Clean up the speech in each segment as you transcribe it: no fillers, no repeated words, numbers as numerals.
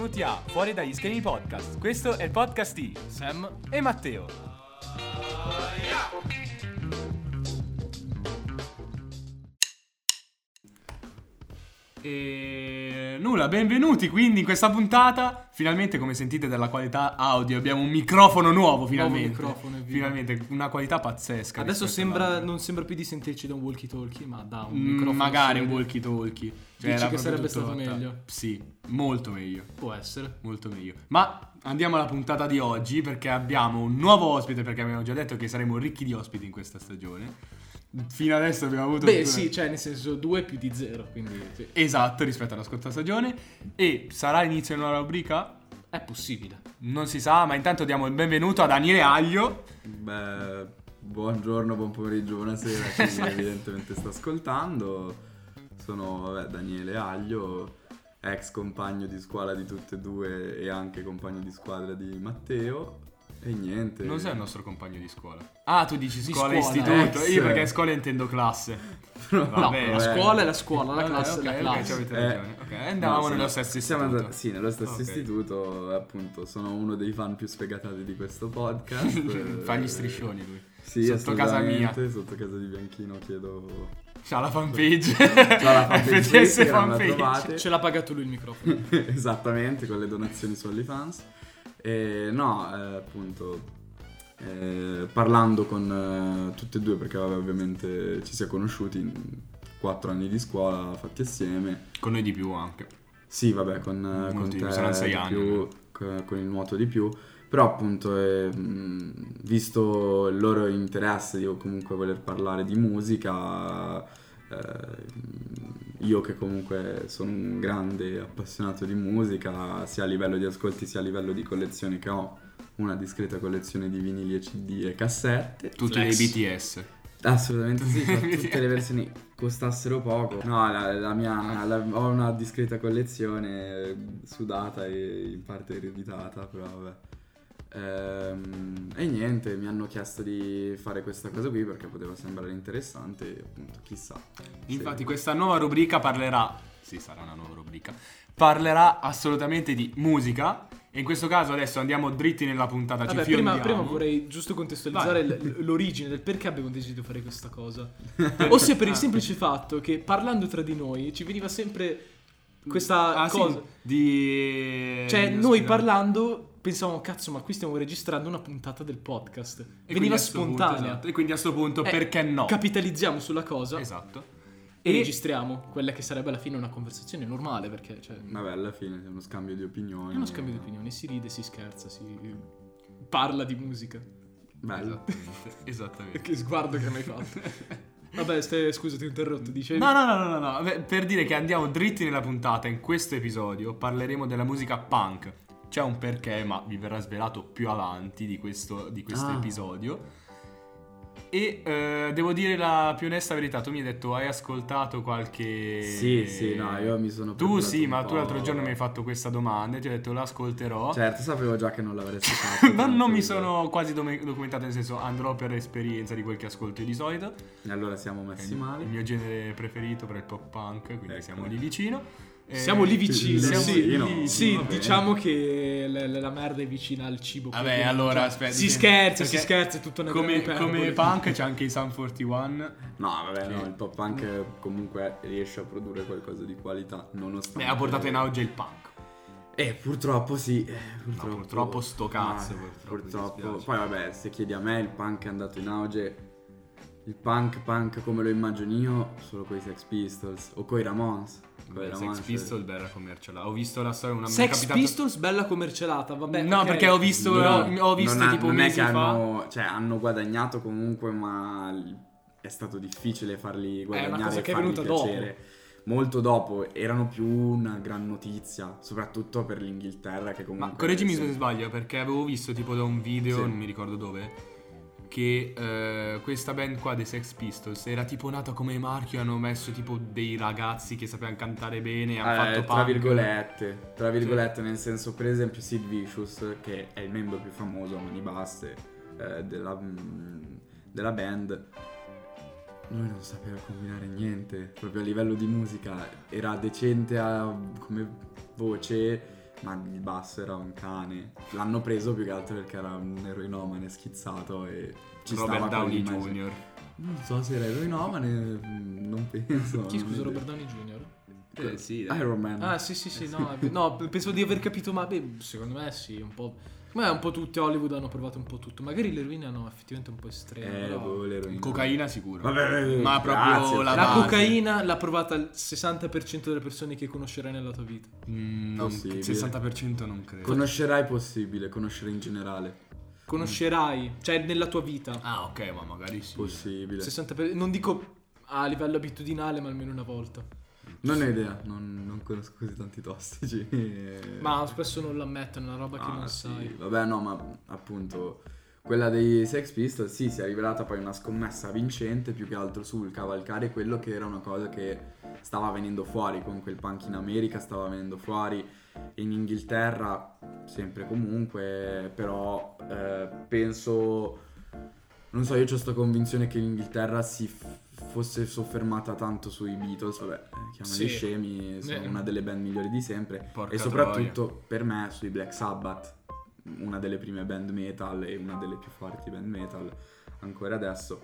benvenuti a Fuori dagli Schemi Podcast. Questo è il podcast di Sam e Matteo. E nulla, benvenuti quindi in questa puntata. Finalmente, come sentite dalla qualità audio, abbiamo un microfono nuovo finalmente. Finalmente, una qualità pazzesca. Adesso non sembra più di sentirci da un walkie-talkie, ma da un microfono. Magari un walkie-talkie. Dici che sarebbe stato meglio? Sì, molto meglio. Può essere. Molto meglio. Ma andiamo alla puntata di oggi, perché abbiamo un nuovo ospite, perché abbiamo già detto che saremo ricchi di ospiti in questa stagione. Fino adesso abbiamo avuto... sì, cioè nel senso 2 più di 0, quindi... Sì. Esatto, rispetto alla scorsa stagione. E sarà l'inizio di una rubrica? È possibile. Non si sa, ma intanto diamo il benvenuto a Daniele Aglio. Beh, buongiorno, buon pomeriggio, buonasera, chi evidentemente sta ascoltando. Sono Daniele Aglio, ex compagno di scuola di tutte e due e anche compagno di squadra di Matteo. E niente. Non sei il nostro compagno di scuola. Ah, tu dici scuola scuola, istituto. Io perché scuola intendo classe. Vabbè, la scuola è la scuola, la classe è la Ok, classe. avete ragione. Ok, andavamo nello stesso istituto. Sì, nello stesso istituto, appunto, sono uno dei fan più sfegatati di questo podcast. Fa gli striscioni lui. Sì, sotto casa mia. Sotto casa di Bianchino chiedo... C'ha la fanpage. C'ha la fanpage, FTS fanpage. fanpage. Ce l'ha pagato lui il microfono. Esattamente, con le donazioni su OnlyFans. Appunto, parlando con tutte e due, perché ovviamente ci si è conosciuti in 4 anni di scuola fatti assieme. Con noi di più anche. Sì, vabbè, con te saranno 6 di anni. più, con il nuoto di più. Però appunto, visto il loro interesse di comunque voler parlare di musica, io che comunque sono un grande appassionato di musica, sia a livello di ascolti sia a livello di collezione, che ho una discreta collezione di vinili e CD e cassette. Tutti dei BTS. Assolutamente sì, tutte le versioni costassero poco. No, ho una discreta collezione sudata e in parte ereditata, però vabbè. E niente, mi hanno chiesto di fare questa cosa qui perché poteva sembrare interessante e appunto chissà. Infatti questa nuova rubrica parlerà, sì, sarà una nuova rubrica, parlerà assolutamente di musica. E in questo caso adesso andiamo dritti nella puntata. Vabbè, ci fiondiamo. prima vorrei giusto contestualizzare l'origine del perché abbiamo deciso di fare questa cosa. Ossia per il semplice fatto che parlando tra di noi ci veniva sempre questa cosa. Sì, cioè noi parlando pensavamo, cazzo, ma qui stiamo registrando una puntata del podcast. Veniva spontanea. Esatto. E quindi a sto punto perché no? Capitalizziamo sulla cosa. Esatto. E registriamo quella che sarebbe alla fine una conversazione normale, perché vabbè, alla fine è uno scambio di opinioni. È uno scambio di opinioni, si ride, si scherza, si parla di musica. Bello. Esattamente. Che sguardo che mi hai fatto. Vabbè, scusa, ti ho interrotto, dicevi? No. Beh, per dire che andiamo dritti nella puntata, in questo episodio parleremo della musica punk. C'è un perché, ma vi verrà svelato più avanti di questo episodio. E devo dire la più onesta verità, tu mi hai detto hai ascoltato qualche... Sì, no, io mi sono... Tu sì, ma tu l'altro giorno mi hai fatto questa domanda e ti ho detto l'ascolterò. Certo, sapevo già che non l'avresti fatto. Non mi sono quasi documentato, nel senso andrò per esperienza di quel che ascolto io di solito. E allora siamo messi male. Il mio genere preferito per il pop punk, quindi siamo lì vicino. Siamo lì vicini, sì, vabbè. Diciamo che la merda è vicina al cibo. Vabbè, allora aspetta. Si scherza, è tutto una come punk c'è anche i Sum 41. No, vabbè, no, il pop punk comunque riesce a produrre qualcosa di qualità, nonostante... Ha portato in auge il punk. Purtroppo sì. Purtroppo sto cazzo. Purtroppo. Poi vabbè, se chiedi a me, il punk è andato in auge. Il punk come lo immagino io, solo coi Sex Pistols o coi Ramones. Sex Pistols bella commercialata. Ho visto la storia Sex Pistols bella commercialata, vabbè. No, okay. Perché ho visto tipo non mesi è che fa. hanno guadagnato comunque, ma è stato difficile farli guadagnare, è una cosa che farli è venuta piacere. Dopo. Molto dopo, erano più una gran notizia, soprattutto per l'Inghilterra che comunque... Ma correggimi se sbaglio, perché avevo visto tipo da un video, sì. Non mi ricordo dove, che questa band qua dei Sex Pistols era tipo nata come marchio, hanno messo tipo dei ragazzi che sapevano cantare bene, hanno fatto punk. Tra virgolette, nel senso, per esempio Sid Vicious, che è il membro più famoso a mani basse della band, lui non sapeva combinare niente, proprio a livello di musica era decente come voce, ma il basso era un cane. L'hanno preso più che altro perché era un eroinomane schizzato e ci Robert stava Downey quell'immagine. Jr. Non so se era eroinomane, non penso. Chi non scusa, ho Robert idea. Downey Jr.? Sì, Iron Man. Ah, sì, no, pensavo di aver capito, ma secondo me sì, un po'. Ma un po' tutti a Hollywood hanno provato un po' tutto. Magari l'eroina no, effettivamente un po' estrema. Però... l'eroina. Cocaina sicuro. Vabbè, ma proprio grazie. la la base. cocaina l'ha provata il 60% delle persone che conoscerai nella tua vita. Non, Possibile. 60% non credo. Conoscerai possibile, conoscere in generale. Conoscerai, cioè nella tua vita. Ah, ok, ma magari sì. Possibile. 60%, non dico a livello abitudinale, ma almeno una volta. Non ho idea, non conosco così tanti tossici. Ma spesso non l'ammettono, è una roba che non sì. sai. Vabbè, no, ma appunto quella dei Sex Pistols sì, si è rivelata poi una scommessa vincente più che altro sul cavalcare quello che era una cosa che stava venendo fuori con quel punk in America, stava venendo fuori in Inghilterra, sempre comunque, però penso, non so, io ho questa convinzione che l'Inghilterra fosse soffermata tanto sui Beatles, vabbè, chiamali Sì. scemi, sono una delle band migliori di sempre, Porca e soprattutto per me sui Black Sabbath, una delle prime band metal e una delle più forti band metal ancora adesso.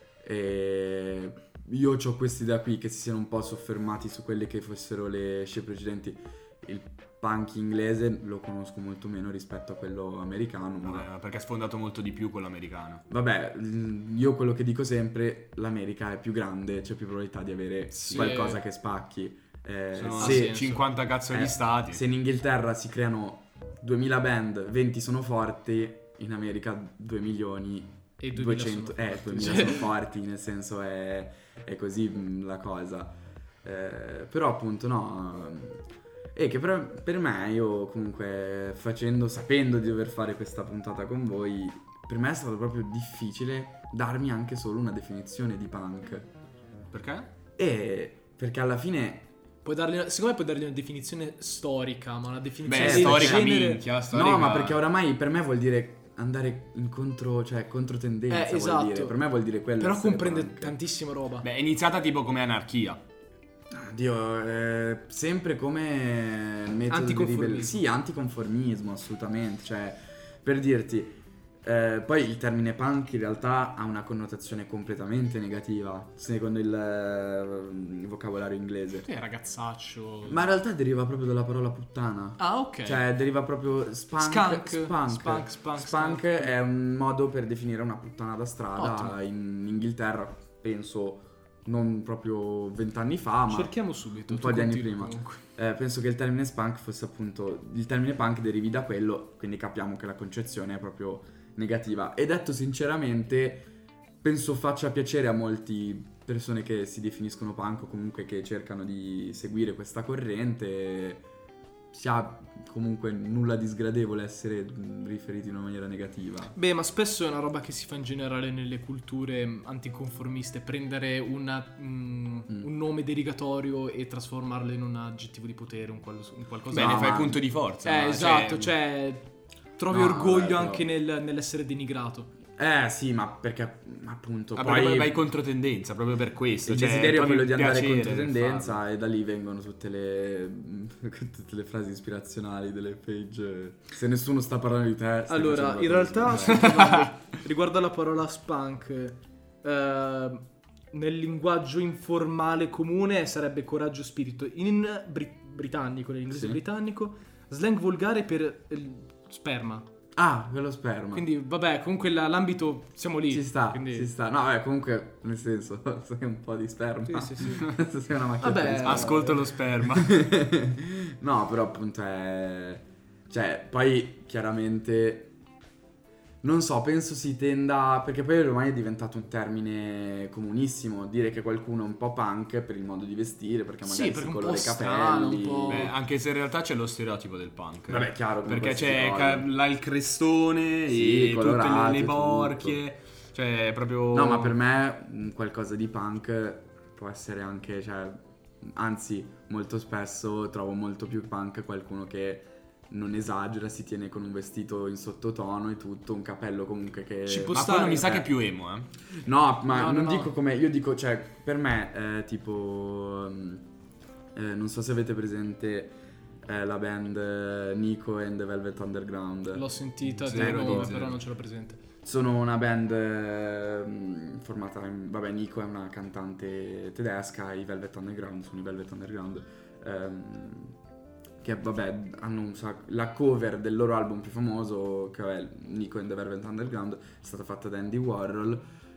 E io ho quest'idea qui che si siano un po' soffermati su quelle che fossero le scie precedenti. Il punk inglese lo conosco molto meno rispetto a quello americano, ma Perché ha sfondato molto di più quello americano. vabbè, io quello che dico sempre, l'America è più grande, c'è più probabilità di avere Sì. qualcosa che spacchi. Sono Se 50 cazzo di stati. se in Inghilterra si creano 2000 band, 20 sono forti, in America 2 milioni E 2000 200 sono forti. 2000 sono forti, nel senso è così la cosa. Però appunto no, e che per me, io comunque sapendo di dover fare questa puntata con voi, per me è stato proprio difficile darmi anche solo una definizione di punk. Perché? E perché alla fine Secondo me puoi dargli una definizione storica, ma una definizione Beh, del storica genere... minchia, storica. no, ma perché oramai per me vuol dire andare incontro, cioè controtendenza, esatto. vuol dire. Per me vuol dire quello. Però essere comprende punk. tantissima roba. Beh, è iniziata tipo come anarchia. Dio, sempre come metodo Anticonformismo. Sì, anticonformismo, assolutamente. Cioè, per dirti, poi il termine punk in realtà ha una connotazione completamente negativa, secondo il vocabolario inglese. Che ragazzaccio. Ma in realtà deriva proprio dalla parola puttana. Ah, ok. Cioè, deriva proprio Skunk. Spunk è un modo per definire una puttana da strada. Ottimo. In Inghilterra, penso, non proprio 20 anni fa, ma Cerchiamo subito. un tu po' di anni continui prima. comunque. Penso che il termine spunk fosse appunto, il termine punk derivi da quello, quindi capiamo che la concezione è proprio negativa. E detto sinceramente, penso faccia piacere a molti persone che si definiscono punk o comunque che cercano di seguire questa corrente, sia comunque nulla di sgradevole essere riferiti in una maniera negativa. Beh, ma spesso è una roba che si fa in generale nelle culture anticonformiste, prendere un nome derogatorio e trasformarlo in un aggettivo di potere, un qualcosa. Beh, ne fai ma- punto di forza. ma, esatto, cioè trovi No, orgoglio però- anche nell'essere denigrato. Sì, ma perché appunto perché poi vai controtendenza proprio per questo. il cioè, desiderio è trovi quello di andare piacere contro nel tendenza farlo. e da lì vengono tutte le frasi ispirazionali delle page. Se nessuno sta parlando di te, stai Allora, facendo in la realtà, cosa. scusate, riguardo alla parola spunk, nel linguaggio informale comune sarebbe coraggio spirito. In britannico, nell'inglese Sì. britannico, slang volgare per sperma. Quello sperma. Quindi, vabbè, comunque l'ambito siamo lì. Ci sta, quindi... ci sta. No, comunque, nel senso, sei un po' di sperma. Sì. Sei una macchietta Vabbè, di sperma. Ascolto lo sperma. No, però appunto è... Cioè, poi chiaramente... Non so, penso si tenda... Perché poi ormai è diventato un termine comunissimo dire che qualcuno è un po' punk per il modo di vestire, perché magari Sì, perché si un colora po' i strano, capelli. un po'... Beh, anche se in realtà c'è lo stereotipo del punk. Vabbè, chiaro. come Perché qualsiasi c'è cosa. là il crestone Sì, e tutte colorato le e borchie. Cioè, proprio... No, ma per me qualcosa di punk può essere anche, cioè, anzi, molto spesso trovo molto più punk qualcuno che non esagera, si tiene con un vestito in sottotono e tutto, un capello comunque che... Ci può Ma stare, quello mi sa che eh. è più emo, No, ma No, non no. dico come... Io dico, cioè, per me, tipo... non so se avete presente è la band Nico and the Velvet Underground. L'ho sentita Zero di di nome, zero. però non ce l'ho presente. Sono una band formata vabbè, Nico è una cantante tedesca, i Velvet Underground sono i Velvet Underground, che vabbè hanno la cover del loro album più famoso, che è Nico and the Velvet Underground, è stata fatta da Andy Warhol.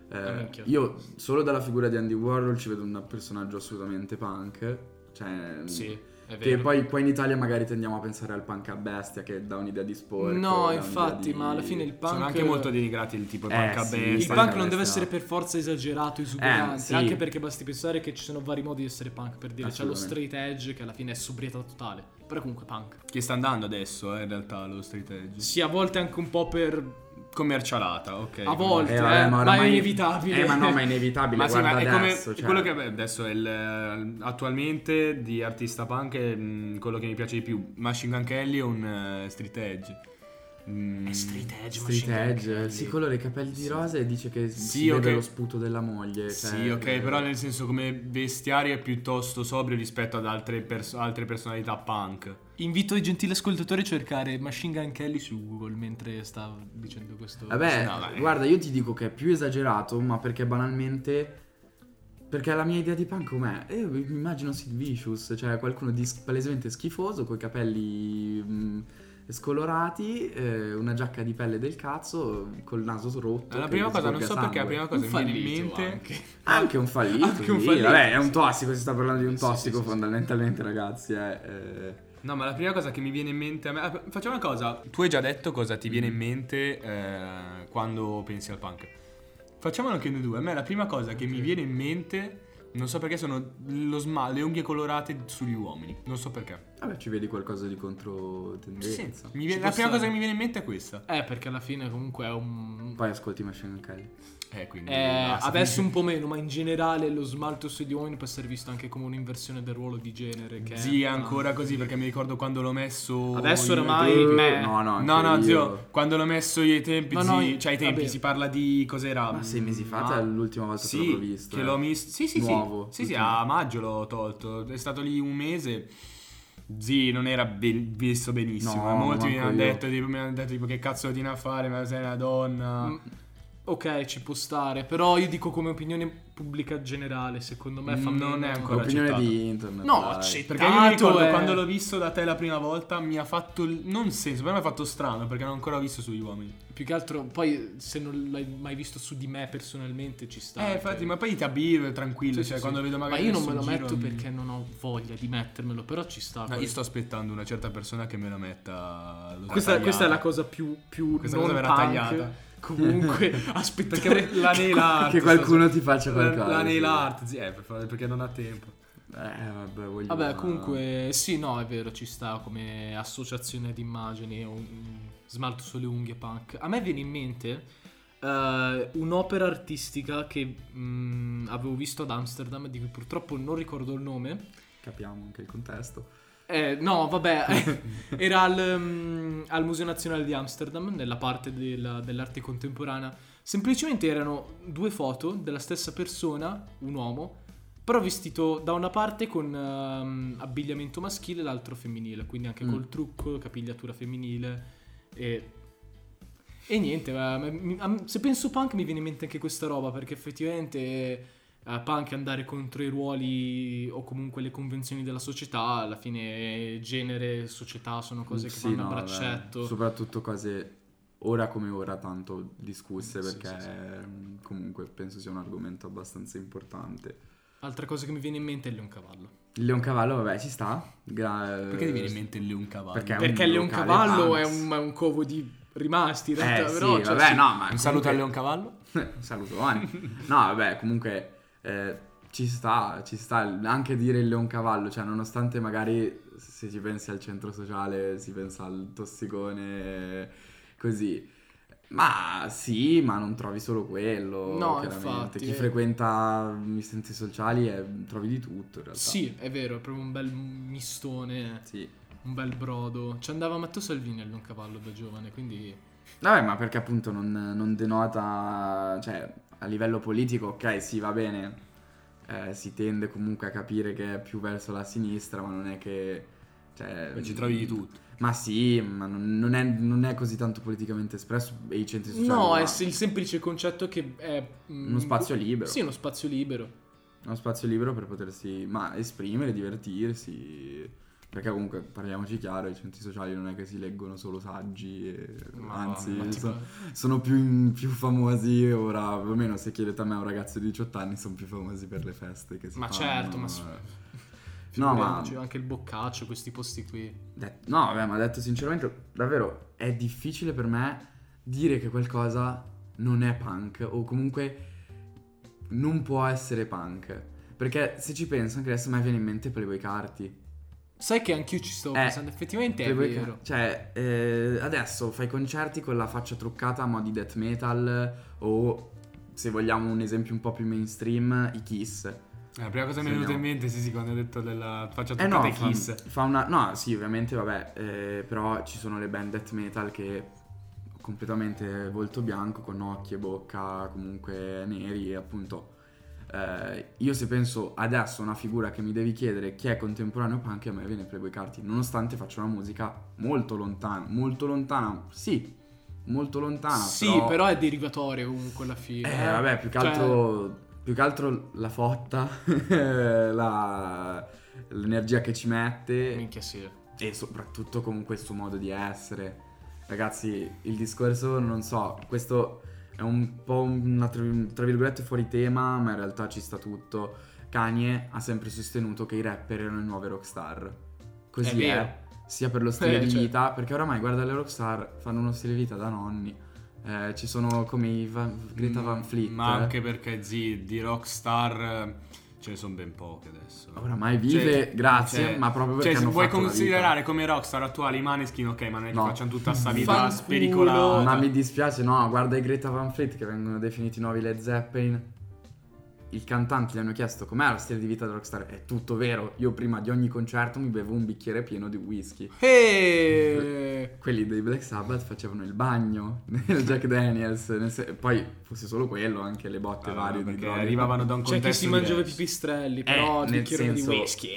Io solo dalla figura di Andy Warhol ci vedo un personaggio assolutamente punk, cioè Sì. che poi qua in Italia magari tendiamo a pensare al punk a bestia, che dà un'idea di sporco. No, infatti, ma alla fine il punk... Sono anche molto denigrati il tipo punk a sì, bestia. Il punk punk a non deve bestia. essere per forza esagerato, esuberante, sì. anche perché basti pensare che ci sono vari modi di essere punk, per dire, c'è lo Assolutamente. straight edge che alla fine è sobrietà totale, però comunque punk. Che sta andando adesso, in realtà, lo street edge. Sì, a volte anche un po' per... commercialata, ok. A volte, vabbè, ma oramai- è inevitabile. ma no, ma è inevitabile. Ma sì, guarda ma è come adesso, cioè. quello che adesso è attualmente di artista punk è quello che mi piace di più. Machine Gun Kelly o un street edge. È street edge, Street Machine Gun Edge, Kelly. si colora i capelli di rosa e dice che Sì, si vede ok. lo sputo della moglie. Sì, ok, però nel senso come vestiario è piuttosto sobrio rispetto ad altre personalità punk. Invito i gentili ascoltatori a cercare Machine Gun Kelly su Google mentre sta dicendo questo. Vabbè, No, dai. guarda, io ti dico che è più esagerato, ma perché banalmente... Perché la mia idea di punk com'è? Io mi immagino Sid Vicious, cioè qualcuno di palesemente schifoso, coi capelli scolorati, una giacca di pelle del cazzo, col naso rotto. La che prima cosa, non sporca so perché la sangue. prima cosa Un che mi viene in fallito mente... anche. Anche un fallito, Anche un sì, fallito. vabbè, è un tossico, si sta parlando di un Sì, tossico sì, sì, fondamentalmente, ragazzi, No, ma la prima cosa che mi viene in mente facciamo una cosa. Tu hai già detto cosa ti viene in mente quando pensi al punk. Facciamolo anche noi due. A me la prima cosa che mi viene in mente, non so perché, sono le unghie colorate sugli uomini. Non so perché. Vabbè, ci vedi qualcosa di controtendenza. La prima cosa che mi viene in mente è questa. Perché alla fine comunque è un... Poi ascolti Machine Gun Kelly. Quindi basta. adesso un po' meno, ma in generale lo smalto sugli uomini può essere visto anche come un'inversione del ruolo di genere. Che Zii, è ancora così, perché mi ricordo quando l'ho messo. Adesso io- oramai- me. No, zio, quando l'ho messo io ai tempi, No, no, cioè ai tempi vabbè. si parla di cos'era? Ma 6 mesi fa, è l'ultima volta che Sì, l'ho visto. che l'ho messo. Sì. Nuovo. Sì, a maggio l'ho tolto. È stato lì un mese. Zì, non era visto benissimo. No, Molti manco io. mi hanno detto tipo che cazzo tieni a fare, ma sei una donna. Ok, ci può stare, però io dico come opinione pubblica generale, secondo me fa Non meno- è ancora Opinione accettato. di internet. No, dai. accettato. Perché io mi ricordo è- quando l'ho visto da te la prima volta mi ha fatto non senso, per me mi ha fatto strano perché non l'ho ancora visto sugli uomini. Più che altro, poi se non l'hai mai visto su di me personalmente ci sta. Infatti, ma poi ti abbivo tranquillo, Sì, cioè sì, quando sì. vedo Ma magari io non messo me lo in giro, metto perché non ho voglia di mettermelo, però ci sta. No, io sto aspettando una certa persona che me la metta. Questa è la cosa più Questa non cosa verrà punk. tagliata. Comunque, aspettare Perché la nail art. Che qualcuno ti faccia qualcosa. La nail sì. art, sì, perché non ha tempo. Vabbè, voglio... Vabbè, comunque, sì, no, è vero, ci sta come associazione di immagini, un smalto sulle unghie punk. A me viene in mente un'opera artistica che avevo visto ad Amsterdam, di cui purtroppo non ricordo il nome. Capiamo anche il contesto. No, vabbè, era al Museo Nazionale di Amsterdam, nella parte dell'arte contemporanea. Semplicemente erano due foto della stessa persona, un uomo, però vestito da una parte con abbigliamento maschile e l'altro femminile, quindi anche col trucco, capigliatura femminile e niente, se penso punk mi viene in mente anche questa roba, perché effettivamente punk è andare contro i ruoli o comunque le convenzioni della società. Alla fine genere e società sono cose che Sì, vanno a no, braccetto. vabbè. Soprattutto cose ora come ora tanto discusse, Sì, perché sì. comunque penso sia un argomento abbastanza importante. Altra cosa che mi viene in mente è il leoncavallo. Il leoncavallo, vabbè, ci sta. Perché ti viene in mente il leoncavallo? Perché un il locale leoncavallo è punks. un covo di rimasti in realtà, Sì, però cioè, vabbè, sì. no, ma Un saluto al comunque- leoncavallo? Un saluto, Vani. No, vabbè, comunque ci sta anche dire il leoncavallo, cioè nonostante magari se ci pensi al centro sociale si pensa al tossicone così. Ma sì, ma non trovi solo quello, No, chiaramente. infatti, Chi frequenta i centri sociali trovi di tutto in realtà. Sì, è vero, è proprio un bel mistone, Sì. un bel brodo. Ci andava Matteo Salvini al leoncavallo da giovane, quindi Vabbè, ma perché appunto non denota, cioè a livello politico, ok, sì, va bene, si tende comunque a capire che è più verso la sinistra, ma non è che Cioè, Ci trovi di tutto. Ma sì, ma non è così tanto politicamente espresso, e i centri sociali. No, è il semplice concetto che è uno spazio libero. Sì, uno spazio libero. Uno spazio libero per potersi esprimere, divertirsi. Perché comunque, parliamoci chiaro, i centri sociali non è che si leggono solo saggi, anzi sono più famosi ora, o meno se chiedete a me, un ragazzo di 18 anni, sono più famosi per le feste che si ma fanno. Certo, ma no, ma anche il Boccaccio, questi posti qui. No, vabbè, ma detto sinceramente, davvero è difficile per me dire che qualcosa non è punk, o comunque non può essere punk. Perché se ci penso, anche adesso a me viene in mente Playboi Carti. Sai che anch'io ci stavo pensando, effettivamente è vero. Cioè, adesso fai concerti con la faccia truccata a mo' di death metal, o se vogliamo un esempio un po' più mainstream, i Kiss. La prima cosa che mi è venuta in mente, sì, quando hai detto della faccia truccata, i Kiss. No, sì, ovviamente, vabbè, però ci sono le band death metal che completamente volto bianco, con occhi e bocca comunque neri, e appunto io se penso adesso a una figura che mi devi chiedere chi è contemporaneo punk, a me viene Playboi Carti, nonostante faccia una musica molto lontana, sì, molto lontana. Sì, però è derivatoria comunque alla fine. Vabbè, più che altro la fotta, l'energia che ci mette. Minchia, sì. E soprattutto comunque il suo modo di essere. Ragazzi, il discorso, non so, questo è un po' tra virgolette fuori tema, ma in realtà ci sta tutto. Kanye ha sempre sostenuto che i rapper erano le nuove rockstar. Così è, sia per lo stile di vita, perché oramai guarda le rockstar fanno uno stile di vita da nonni. Ci sono come i Greta Van Fleet. Ma anche perché di rockstar ce ne sono ben poche adesso. Oramai vive, grazie, ma proprio perché se hanno vuoi fatto considerare come rockstar attuali i Maneskin, ok, ma non è che facciano tutta sta vita Fanculo. spericolata. Ma mi dispiace, no, guarda i Greta Van Fleet che vengono definiti nuovi Led Zeppelin. Il cantante gli hanno chiesto com'era lo stile di vita da rockstar. È tutto vero, io prima di ogni concerto mi bevo un bicchiere pieno di whisky. Quelli dei Black Sabbath facevano il bagno nel Jack Daniels, poi fosse solo quello, anche le botte varie di droga. Arrivavano da un C'è chi contesto si mangiava i diverso. pipistrelli, però nel bicchiere di senso- whisky.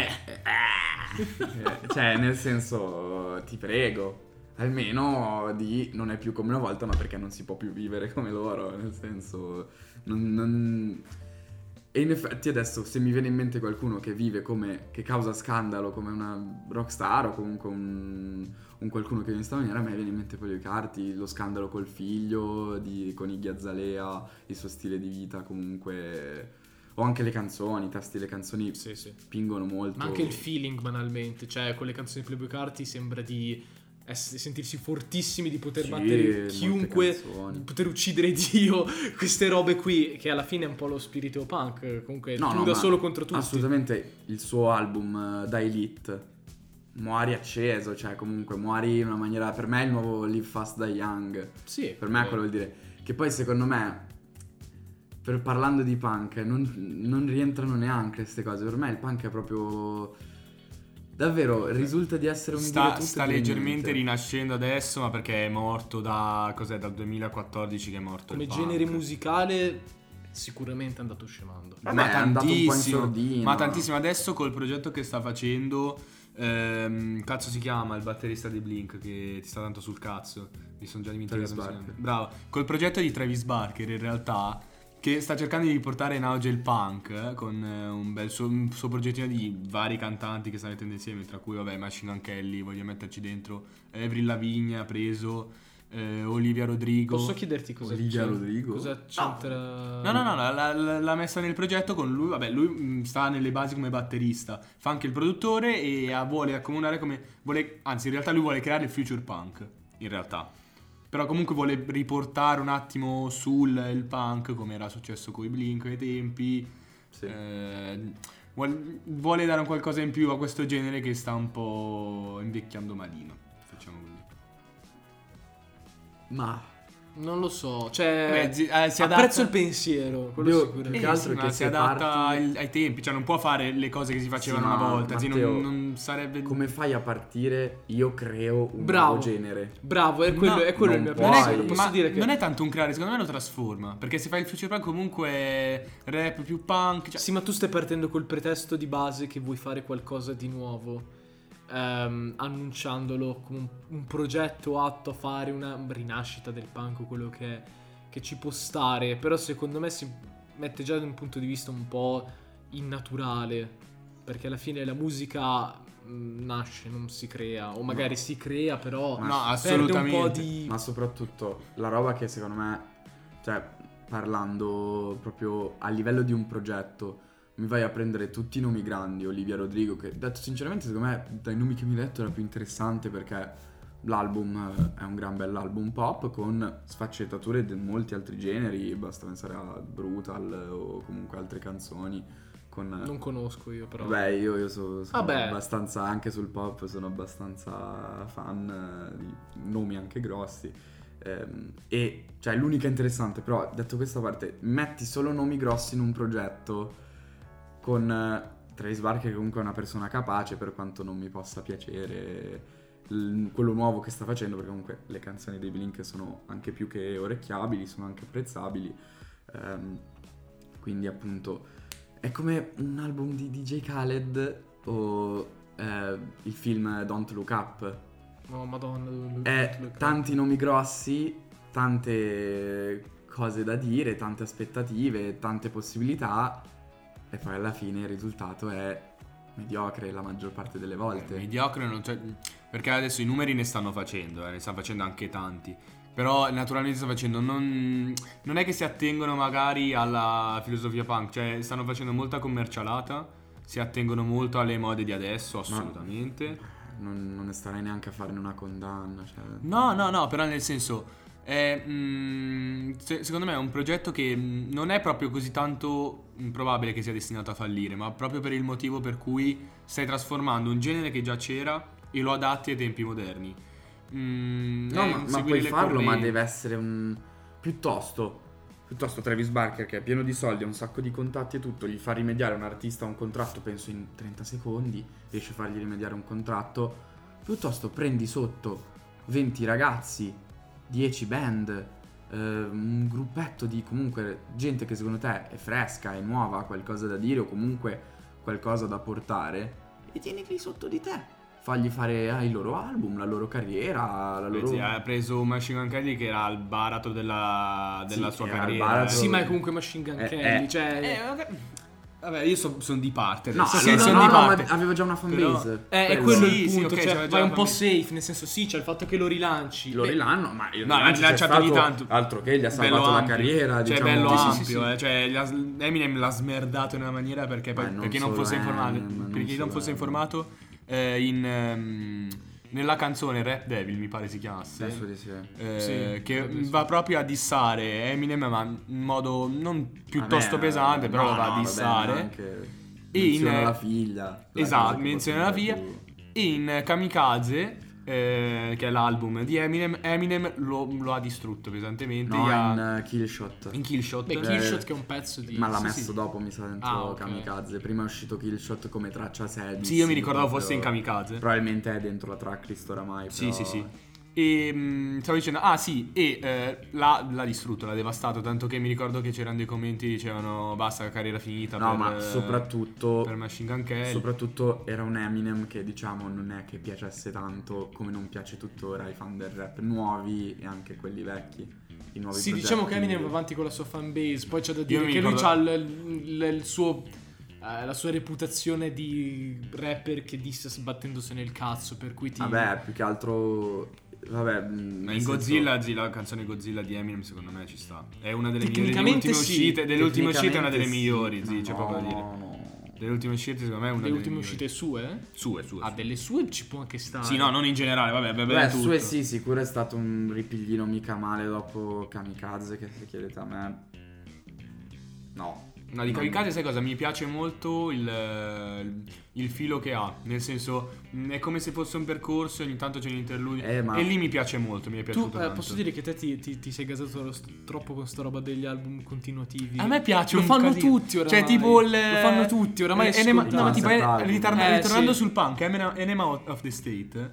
Cioè, nel senso, ti prego, almeno non è più come una volta, ma perché non si può più vivere come loro, nel senso E in effetti adesso, se mi viene in mente qualcuno che vive che causa scandalo come una rockstar, o comunque un qualcuno che viene in sta maniera, a me viene in mente Playboi Carti, lo scandalo col figlio con Iggy Azalea, il suo stile di vita comunque, o anche le canzoni, i testi delle canzoni Sì. spingono molto. Ma anche il feeling banalmente, cioè con le canzoni di Playboi Carti sembra di sentirsi fortissimi, di poter battere molte chiunque, canzoni. di poter uccidere Dio, queste robe qui, che alla fine è un po' lo spirito punk, comunque tu da ma solo contro tutti. Assolutamente, il suo album da Elite, muori acceso, cioè comunque muori in una maniera, per me è il nuovo Live Fast Die Young. Sì, Per me è quello vuol dire. Che poi secondo me, parlando di punk, non rientrano neanche queste cose. Per me il punk è proprio... Davvero, risulta di essere un dire tutto sta e dire leggermente niente. rinascendo adesso, ma perché è morto dal 2014 che è morto come il punk. genere musicale sicuramente è andato scemando. Vabbè, ma è andato un po' in tantissimo, sordina. ma tantissimo. Adesso col progetto che sta facendo, cazzo si chiama il batterista di Blink che ti sta tanto sul cazzo, mi sono già dimenticato Travis come si chiama. Barker. Bravo, col progetto di Travis Barker in realtà, che sta cercando di riportare in auge il punk, con un suo progettino di vari cantanti che stanno mettendo insieme, tra cui vabbè Machine Gun Kelly, voglio metterci dentro Avril Lavigne, ha preso Olivia Rodrigo. Posso chiederti cosa Olivia Rodrigo? cosa c'entra? No, l'ha messa nel progetto con lui. Vabbè, lui sta nelle basi come batterista, fa anche il produttore e vuole accomunare anzi in realtà lui vuole creare il future punk, in realtà. Però comunque vuole riportare un attimo il punk, come era successo con i Blink ai tempi. Sì. Vuole dare un qualcosa in più a questo genere che sta un po' invecchiando malino, facciamo così. Ma non lo so, cioè si apprezzo adatta- il pensiero, quello Io- sicuramente. più che altro ma che si se adatta parti- ai tempi, cioè non può fare le cose che si facevano Sì, una ma volta, sì, Matteo, non sarebbe... Come fai a partire? Io creo un Bravo. nuovo genere. Bravo, è quello, No, è quello il non mio puoi. pensiero. Posso Ma dire che non è tanto un creare, secondo me lo trasforma, perché se fai il future punk comunque rap più punk, cioè... sì, ma tu stai partendo col pretesto di base che vuoi fare qualcosa di nuovo. annunciandolo come un progetto atto a fare una rinascita del punk, quello che ci può stare, però secondo me si mette già da un punto di vista un po' innaturale, perché alla fine la musica nasce, non si crea, o magari si crea, però no, perde un po' assolutamente. di... Ma soprattutto la roba che secondo me, cioè parlando proprio a livello di un progetto, mi vai a prendere tutti i nomi grandi, Olivia Rodrigo, che detto sinceramente secondo me dai nomi che mi hai detto era più interessante, perché l'album è un gran bell'album pop con sfaccettature di molti altri generi, basta pensare a Brutal o comunque altre canzoni con... Non conosco io, però. Vabbè, io sono Vabbè. abbastanza, anche sul pop sono abbastanza fan di nomi anche grossi. E cioè l'unica interessante, però detto questa parte, metti solo nomi grossi in un progetto con Travis Barker, che comunque è una persona capace, per quanto non mi possa piacere quello nuovo che sta facendo, perché comunque le canzoni dei Blink sono anche più che orecchiabili, sono anche apprezzabili, quindi appunto è come un album di DJ Khaled o il film Don't Look Up. Oh madonna, È tanti nomi grossi, tante cose da dire, tante aspettative, tante possibilità, e poi alla fine il risultato è mediocre la maggior parte delle volte. Mediocre non c'è, perché adesso i numeri ne stanno facendo anche tanti. Però naturalmente stanno facendo, non è che si attengono magari alla filosofia punk, cioè stanno facendo molta commercialata, si attengono molto alle mode di adesso, assolutamente. Non ne starei neanche a farne una condanna, cioè. No, però nel senso secondo me è un progetto che non è proprio così tanto improbabile che sia destinato a fallire, ma proprio per il motivo per cui stai trasformando un genere che già c'era e lo adatti ai tempi moderni. Ma puoi farlo, ma deve essere un... Piuttosto Travis Barker, che è pieno di soldi, ha un sacco di contatti e tutto, gli fa rimediare un artista a un contratto, penso in 30 secondi riesce a fargli rimediare un contratto. Piuttosto prendi sotto 20 ragazzi, 10 band, un gruppetto di comunque gente che secondo te è fresca, è nuova, ha qualcosa da dire o comunque qualcosa da portare, e tienili sotto di te. Fagli fare il loro album, la loro carriera, la loro... Sì, ha preso Machine Gun Kelly che era al baratro della Sì, sua era al carriera. baratro. Sì, ma è comunque Machine Gun Kelly, cioè... Vabbè, io sono di parte No, adesso. sì, Ok, no, sono no, di parte. ma aveva già una fanbase. è quello Sì, il sì, punto, ok, cioè c'aveva già vai un la po' famiglia. safe, nel senso sì, c'è il fatto che lo rilanci. Lo rilancio, ma io No, l'ha lanciato di tanto. altro che gli ha Bello salvato la ampio. carriera, Cioè diciamo. bello Sì, ampio, Cioè Eminem l'ha smerdato in una maniera perché poi, non per chi non solo fosse informato, Eminem, per chi non solo fosse Eminem. informato, nella canzone Rap Devil mi pare si chiamasse, Penso di sì. Sì, che credo sì. va proprio a dissare Eminem, ma in modo non piuttosto pesante, però no, lo va a no, dissare. vabbè, anche E menziona in- la figlia. la Esatto, cosa che menziona la potrebbe figlia. più- E in Kamikaze, che è l'album di Eminem lo ha distrutto pesantemente. No, gli ha- in Killshot. in Killshot. Beh, Killshot che è un pezzo di... Ma l'ha sì, messo sì. dopo, mi sa, dentro Ah, ok. Kamikaze. Prima è uscito Killshot come traccia 16. Sì, io mi ricordavo fosse in Kamikaze. Probabilmente è dentro la tracklist oramai. Sì, però... sì. E stavo dicendo, l'ha distrutto, l'ha devastato. Tanto che mi ricordo che c'erano dei commenti che dicevano basta, carriera finita. No, per, ma soprattutto per Machine Gun Kelly. Soprattutto era un Eminem che diciamo non è che piacesse tanto come non piace tuttora ai fan del rap nuovi e anche quelli vecchi. I nuovi Sì, progetti. diciamo che Eminem va avanti con la sua fanbase, poi c'è da Io dire mi che lui ricordo- ha il suo... la sua reputazione di rapper che disse sbattendosi nel cazzo, per cui ti... Vabbè, più che altro... Vabbè, Ma in Godzilla, la canzone Godzilla di Eminem secondo me ci sta. È una delle migliori Tecnicamente delle ultime sì. uscite. Delle ultime uscite è una delle Tecnicamente migliori, sì. c'è No, proprio da dire. no. Delle ultime uscite secondo me è una Le delle ultime migliori. uscite sue? Sue. Ah, delle sue ci può anche stare. Sì, no, non in generale, vabbè, Beh, tutto. Sue sì, sicuro è stato un ripiglino mica male dopo Kamikaze, che se chiedete a me... No. No, di Kamikaze sai cosa? Mi piace molto il filo che ha. Nel senso, è come se fosse un percorso, ogni tanto c'è un interludio. Ma- E lì mi piace molto, mi è Tu piaciuto tanto. posso dire che te ti sei gasato troppo con sta roba degli album continuativi. A me piace Lo un fanno casino. tutti oramai. Cioè tipo Lo fanno tutti oramai. No, ma tipo concept album. ritornando sì. sul punk, Enema of the State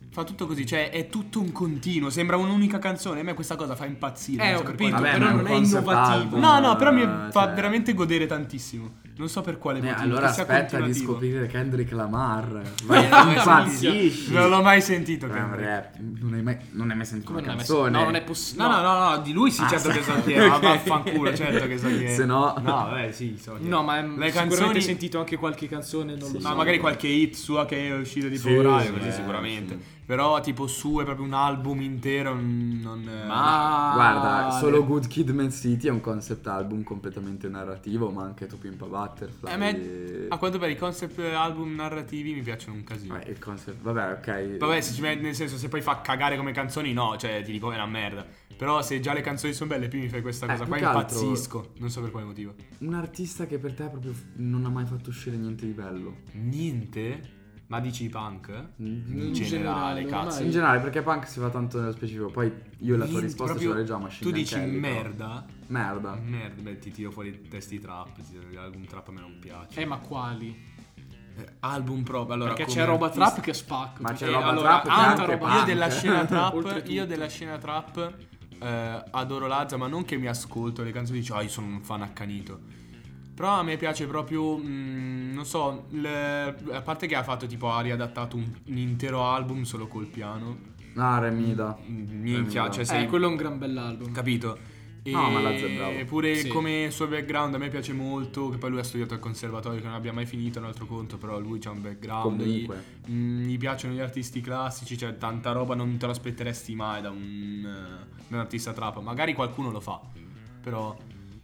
fa tutto così, cioè è tutto un continuo, sembra un'unica canzone. A me questa cosa fa impazzire. Non ho so per capito, quale Vabbè, però ma è non un è concept innovativo. album. No, però mi fa cioè- veramente godere tantissimo. Non so per quale motivo. Allora che sia aspetta di continuativo. scoprire Kendrick Lamar. Vai, Non impazzisci. Non l'ho mai sentito. È un Kendrick. rap. Non hai mai sentito Come una non è canzone? No, non è possibile. No, di lui sì, certo che so chi è. Ma vaffanculo, certo che so chi è. Se no- No, vabbè, sì, so chi è. No, ma le sicuramente canzoni. hai sentito anche qualche canzone, non lo No, so. magari qualche hit sua che è uscito di Sì, orario, sì, così sicuramente. sì. Però tipo su è proprio un album intero. Non. Ma Guarda, solo Good Kid Mad City è un concept album completamente narrativo, ma anche To Pimp a Butterfly. A me, a quanto pare i concept album narrativi mi piacciono un casino. Il concept, vabbè, ok. Vabbè, se ci metti, nel senso, se poi fa cagare come canzoni, no, cioè ti dico è una merda. Però se già le canzoni sono belle, più mi fai questa cosa più qua, che altro- impazzisco. Non so per quale motivo. Un artista che per te proprio non ha mai fatto uscire niente di bello. Niente? Ma dici punk? In generale, generale, cazzo. ormai. In generale, perché punk si va tanto nello specifico. Poi io la tua Niente, risposta proprio- ce l'ho già, Machine Tu Gun dici Kelly, però. merda? Merda. Merda, beh, ti tiro fuori testi trap. Album trap a me non piace. Ma quali? Album proprio, allora. Perché come c'è roba artista- trap che spacca. Ma c'è Eh, roba allora, trap che è tanta anche roba. punk. Io della scena trap, Oltretutto. io della scena trap adoro Lazza, ma non che mi ascolto le canzoni e dico, io sono un fan accanito. Però a me piace proprio, non so, a parte che ha fatto tipo, ha riadattato un intero album solo col piano. Ah, Remida. Minchia, cioè sei quello è un gran bell'album. capito? E No, ma Lazza è bravo. pure Sì. come suo background a me piace molto, che poi lui ha studiato al conservatorio, che non abbia mai finito, un altro conto, però lui c'ha un background. Comunque. Gli piacciono gli artisti classici, cioè tanta roba non te lo aspetteresti mai da un artista trap. Magari qualcuno lo fa, però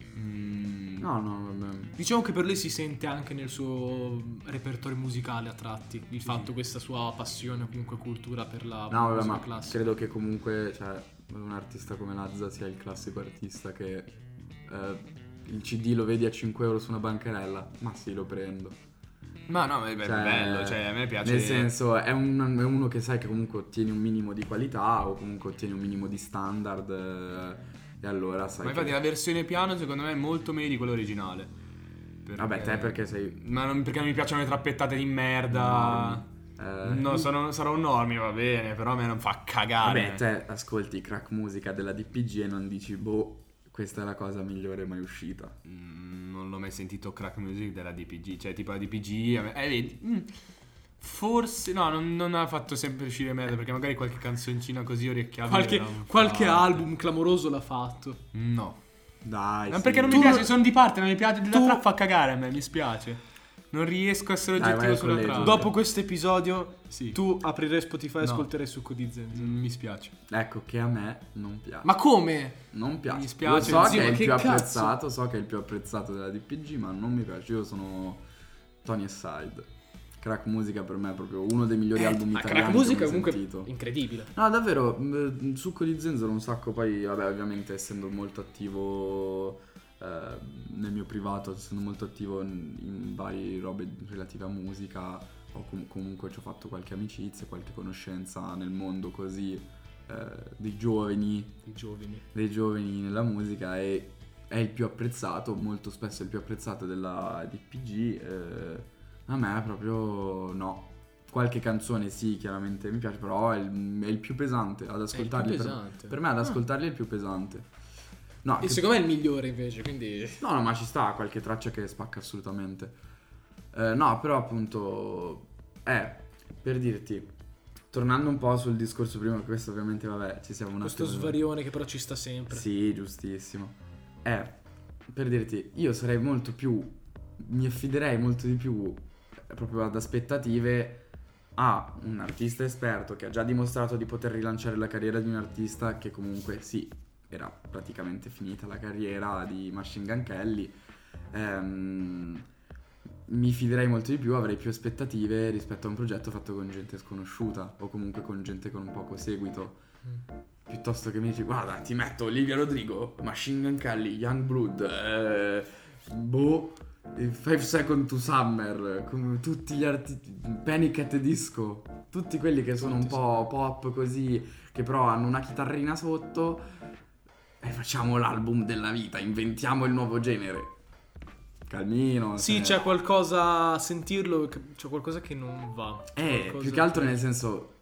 No, vabbè. Diciamo che per lui si sente anche nel suo repertorio musicale a tratti il fatto, questa sua passione o comunque cultura per la No, vabbè, musica ma classica. credo che comunque, cioè, un artista come Lazza sia il classico artista che il CD lo vedi a 5 euro su una bancarella. Ma sì, lo prendo. ma no, è bello, cioè a me piace. Nel senso, è uno che sai che comunque ottieni un minimo di qualità o comunque ottieni un minimo di standard. E allora sai. Ma infatti che... la versione piano secondo me è molto meglio di quella originale. Vabbè, te perché sei. Ma non, perché non mi piacciono le trappettate di merda. No, sarò un normie, va bene, però a me non fa cagare. Vabbè, te ascolti crack musica della DPG e non dici, boh, questa è la cosa migliore mai uscita. Non l'ho mai sentito crack music della DPG. Cioè, tipo la DPG. Vedi. Forse. No, non ha fatto sempre uscire merda. Perché magari qualche canzoncina così orecchiabile. Qualche album clamoroso l'ha fatto. No. Dai. Ma sì. perché non mi piace? Sono di parte, non mi piace. La trap fa cagare a me, mi spiace. Non riesco a essere Dai, oggettivo vai al sulla collegio. trap. Dopo questo episodio Sì. tu aprirei Spotify e No. ascolterai Succo di Zenzero. Mi spiace. Ecco che a me non piace. Ma come? Non piace. Mi spiace, Lo so zio, che è ma il che più cazzo? apprezzato, so che è il più apprezzato della DPG, ma non mi piace. Io sono Tony e Side. Crack musica per me è proprio uno dei migliori album Ma italiani crack musica che ho comunque sentito. incredibile. No, davvero, Succo di Zenzero un sacco. Poi, vabbè, ovviamente essendo molto attivo nel mio privato, essendo molto attivo in varie robe relative a musica, o comunque ci ho fatto qualche amicizia, qualche conoscenza nel mondo così dei giovani nella musica, e è il più apprezzato, molto spesso è il più apprezzato della DPG. A me proprio no. Qualche canzone sì, chiaramente mi piace, però è il più pesante ad ascoltarli. pesante. Per me ad ascoltarli è il più pesante. No, E secondo me è il migliore invece, quindi... no, ma ci sta qualche traccia che spacca assolutamente. No, però appunto per dirti, tornando un po' sul discorso prima, questo ovviamente vabbè, ci siamo un Questo attimo. svarione che però ci sta sempre. Sì, giustissimo. Per dirti, io sarei molto più, mi affiderei molto di più proprio ad aspettative a un artista esperto che ha già dimostrato di poter rilanciare la carriera di un artista che comunque sì, era praticamente finita la carriera di Machine Gun Kelly. Mi fiderei molto di più, avrei più aspettative rispetto a un progetto fatto con gente sconosciuta o comunque con gente con un poco seguito. Piuttosto che mi dici, guarda, ti metto Olivia Rodrigo, Machine Gun Kelly, Youngblood, 5 Seconds to Summer, come tutti gli artisti, Panic at the Disco, tutti quelli che sono un po' pop così, che però hanno una chitarrina sotto, e facciamo l'album della vita, inventiamo il nuovo genere. Calmino. Sì, c'è qualcosa a sentirlo, c'è qualcosa che non va. Più che altro nel senso,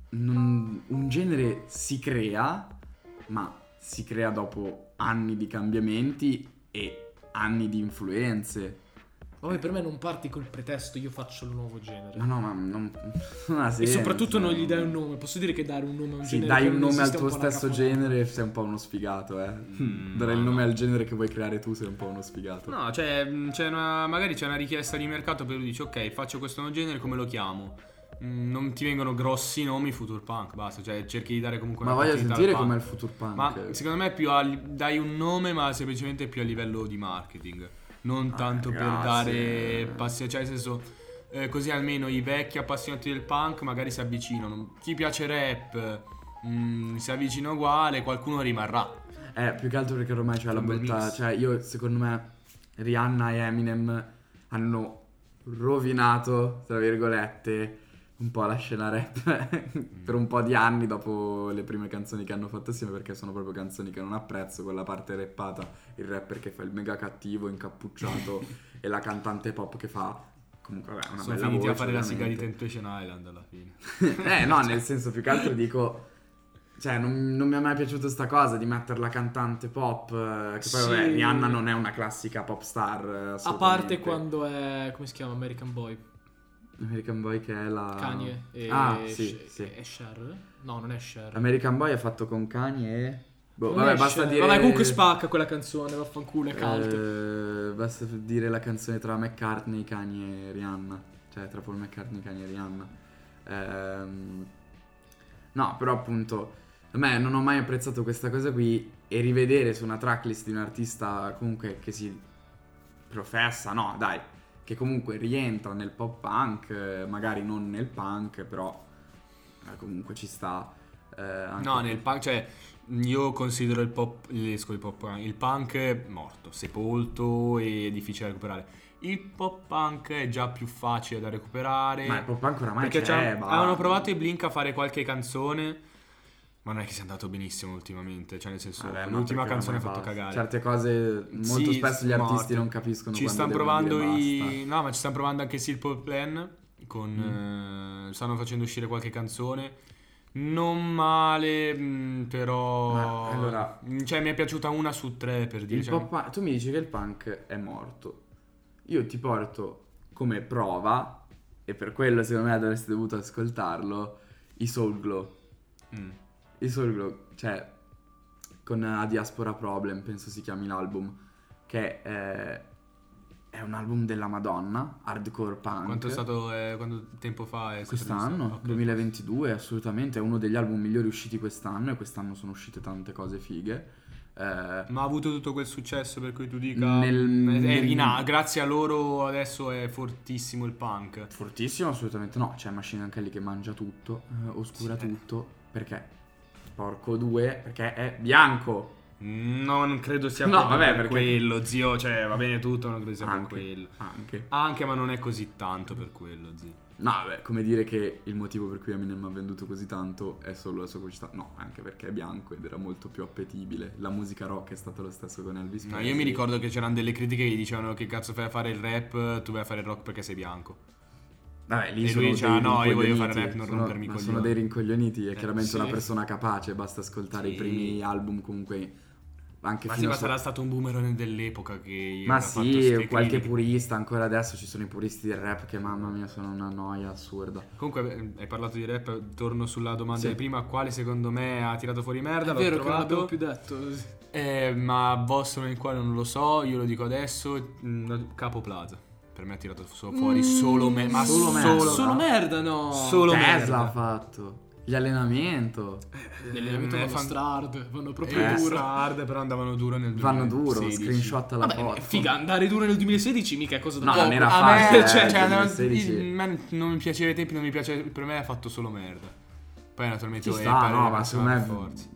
un genere si crea, ma si crea dopo anni di cambiamenti e anni di influenze. Poi per me non parti col pretesto io faccio il nuovo genere. Ma no, ma non ha senso. E soprattutto non gli dai un nome. Posso dire che dare un nome a un Sì, genere dai che un non nome al esiste tuo è un po' una stesso cafonata. genere, sei un po' uno sfigato, Dare il nome al genere che vuoi creare tu, sei un po' uno sfigato. No, cioè, magari c'è una richiesta di mercato per lui dici ok, faccio questo nuovo genere, come lo chiamo? Non ti vengono grossi nomi, future punk, basta, cioè cerchi di dare comunque Ma una voglio continuità sentire al punk. com'è il future punk. Ma secondo me è più dai un nome, ma semplicemente più a livello di marketing, non tanto per grazie. dare passione, cioè nel senso così almeno i vecchi appassionati del punk magari si avvicinano. Chi piace rap si avvicina uguale, qualcuno rimarrà. Più che altro perché ormai c'è la Un bel bontà. mix. Cioè, io secondo me Rihanna e Eminem hanno rovinato, tra virgolette, un po' la scena rap per un po' di anni dopo le prime canzoni che hanno fatto assieme, perché sono proprio canzoni che non apprezzo, quella parte rappata, il rapper che fa il mega cattivo, incappucciato e la cantante pop che fa comunque vabbè, una Sono bella finiti voce, a fare la sigla di ovviamente. Temptation Island alla fine. No, nel senso più che altro dico, cioè non mi è mai piaciuta sta cosa di mettere la cantante pop, che poi Sì. vabbè Rihanna non è una classica pop star, A assolutamente. parte quando è, come si chiama, American Boy, American Boy che è la... Kanye e sì, sì. è Cher? No, non è Cher. American Boy è fatto con Kanye e... Boh, Non vabbè, è basta Cher. dire... Vabbè, comunque spacca quella canzone, vaffanculo, è cult. Basta dire la canzone tra McCartney, Kanye e Rihanna. Cioè, tra Paul McCartney, Kanye e Rihanna. No, però appunto... A me non ho mai apprezzato questa cosa qui. E rivedere su una tracklist di un artista comunque che si professa, no, dai, che comunque rientra nel pop punk, magari non nel punk, però comunque ci sta. Anche No, nel punk, cioè io considero il punk morto, sepolto e difficile da recuperare. Il pop punk è già più facile da recuperare. Ma il pop punk oramai perché c'è, avevano provato i Blink a fare qualche canzone, ma non è che sia andato benissimo ultimamente. Cioè, nel senso, Vabbè, ma l'ultima perché canzone ha ormai fatto basta. cagare. Certe cose molto Sì, spesso gli artisti morte. non capiscono Ci quando stanno devono provando dire basta. No, ma ci stanno provando anche Simple Plan con stanno facendo uscire qualche canzone. Non male, però Ma, allora, cioè mi è piaciuta una su tre, per dire, il cioè, tu mi dici che il punk è morto. Io ti porto come prova, e per quello secondo me avresti dovuto ascoltarlo, i Soul Glow. I Soul Glow, cioè con A Diaspora Problem, penso si chiami l'album, che è un album della Madonna, hardcore punk. quanto tempo fa è stato Quest'anno, registrato? Ok. 2022, assolutamente, è uno degli album migliori usciti quest'anno, e quest'anno sono uscite tante cose fighe. Ma ha avuto tutto quel successo per cui tu dica grazie a loro adesso è fortissimo il punk. Fortissimo, assolutamente no. C'è Machine Gun Kelly che mangia tutto, oscura tutto. Perché? Porco due, perché è bianco. Non credo sia No, proprio vabbè, per perché- quello, zio, cioè va bene tutto, non credo sia per Anche, quello. anche. Ma non è così tanto per quello, zio. No, vabbè, come dire che il motivo per cui Eminem ha venduto così tanto è solo la sua pubblicità. No, anche perché è bianco ed era molto più appetibile. La musica rock è stato lo stesso con Elvis No, Presley. io mi ricordo che c'erano delle critiche che dicevano che cazzo fai a fare il rap, tu vai a fare il rock perché sei bianco. Vabbè, lì E sono lui dei diceva, no, io voglio fare rincoglioniti, rap, non rompermi i ma coglioni. sono dei rincoglioniti, è chiaramente sì. una persona capace, basta ascoltare Sì. i primi album comunque anche Ma sì, fino ma a... sarà stato un boomerang dell'epoca che Ma ha fatto sì, ste qualche critiche. purista, ancora adesso ci sono i puristi del rap che mamma mia sono una noia assurda. Comunque hai parlato di rap, torno sulla domanda Sì. di prima, quale secondo me ha tirato fuori merda, È l'ho vero che non trovato. l'abbiamo più detto. Ma vostro nel quale non lo so, io lo dico adesso, Capo Plaza. Per me ha tirato fuori solo me, ma Solo merda. Solo merda, no. Solo Tesla merda. ha fatto gli allenamento, Gli allenamenti vanno fan- strard, vanno proprio duro. hard, però andavano duro nel 2016. vanno duro, screenshot alla Vabbè, foto. figa, andare duro nel 2016 mica è cosa da No, poco. non era A me, facile, cioè, 2016. non mi piaceva ai tempi, non mi piace, per me ha fatto solo merda. Poi naturalmente Ci poi sta, no, ma per secondo me forza.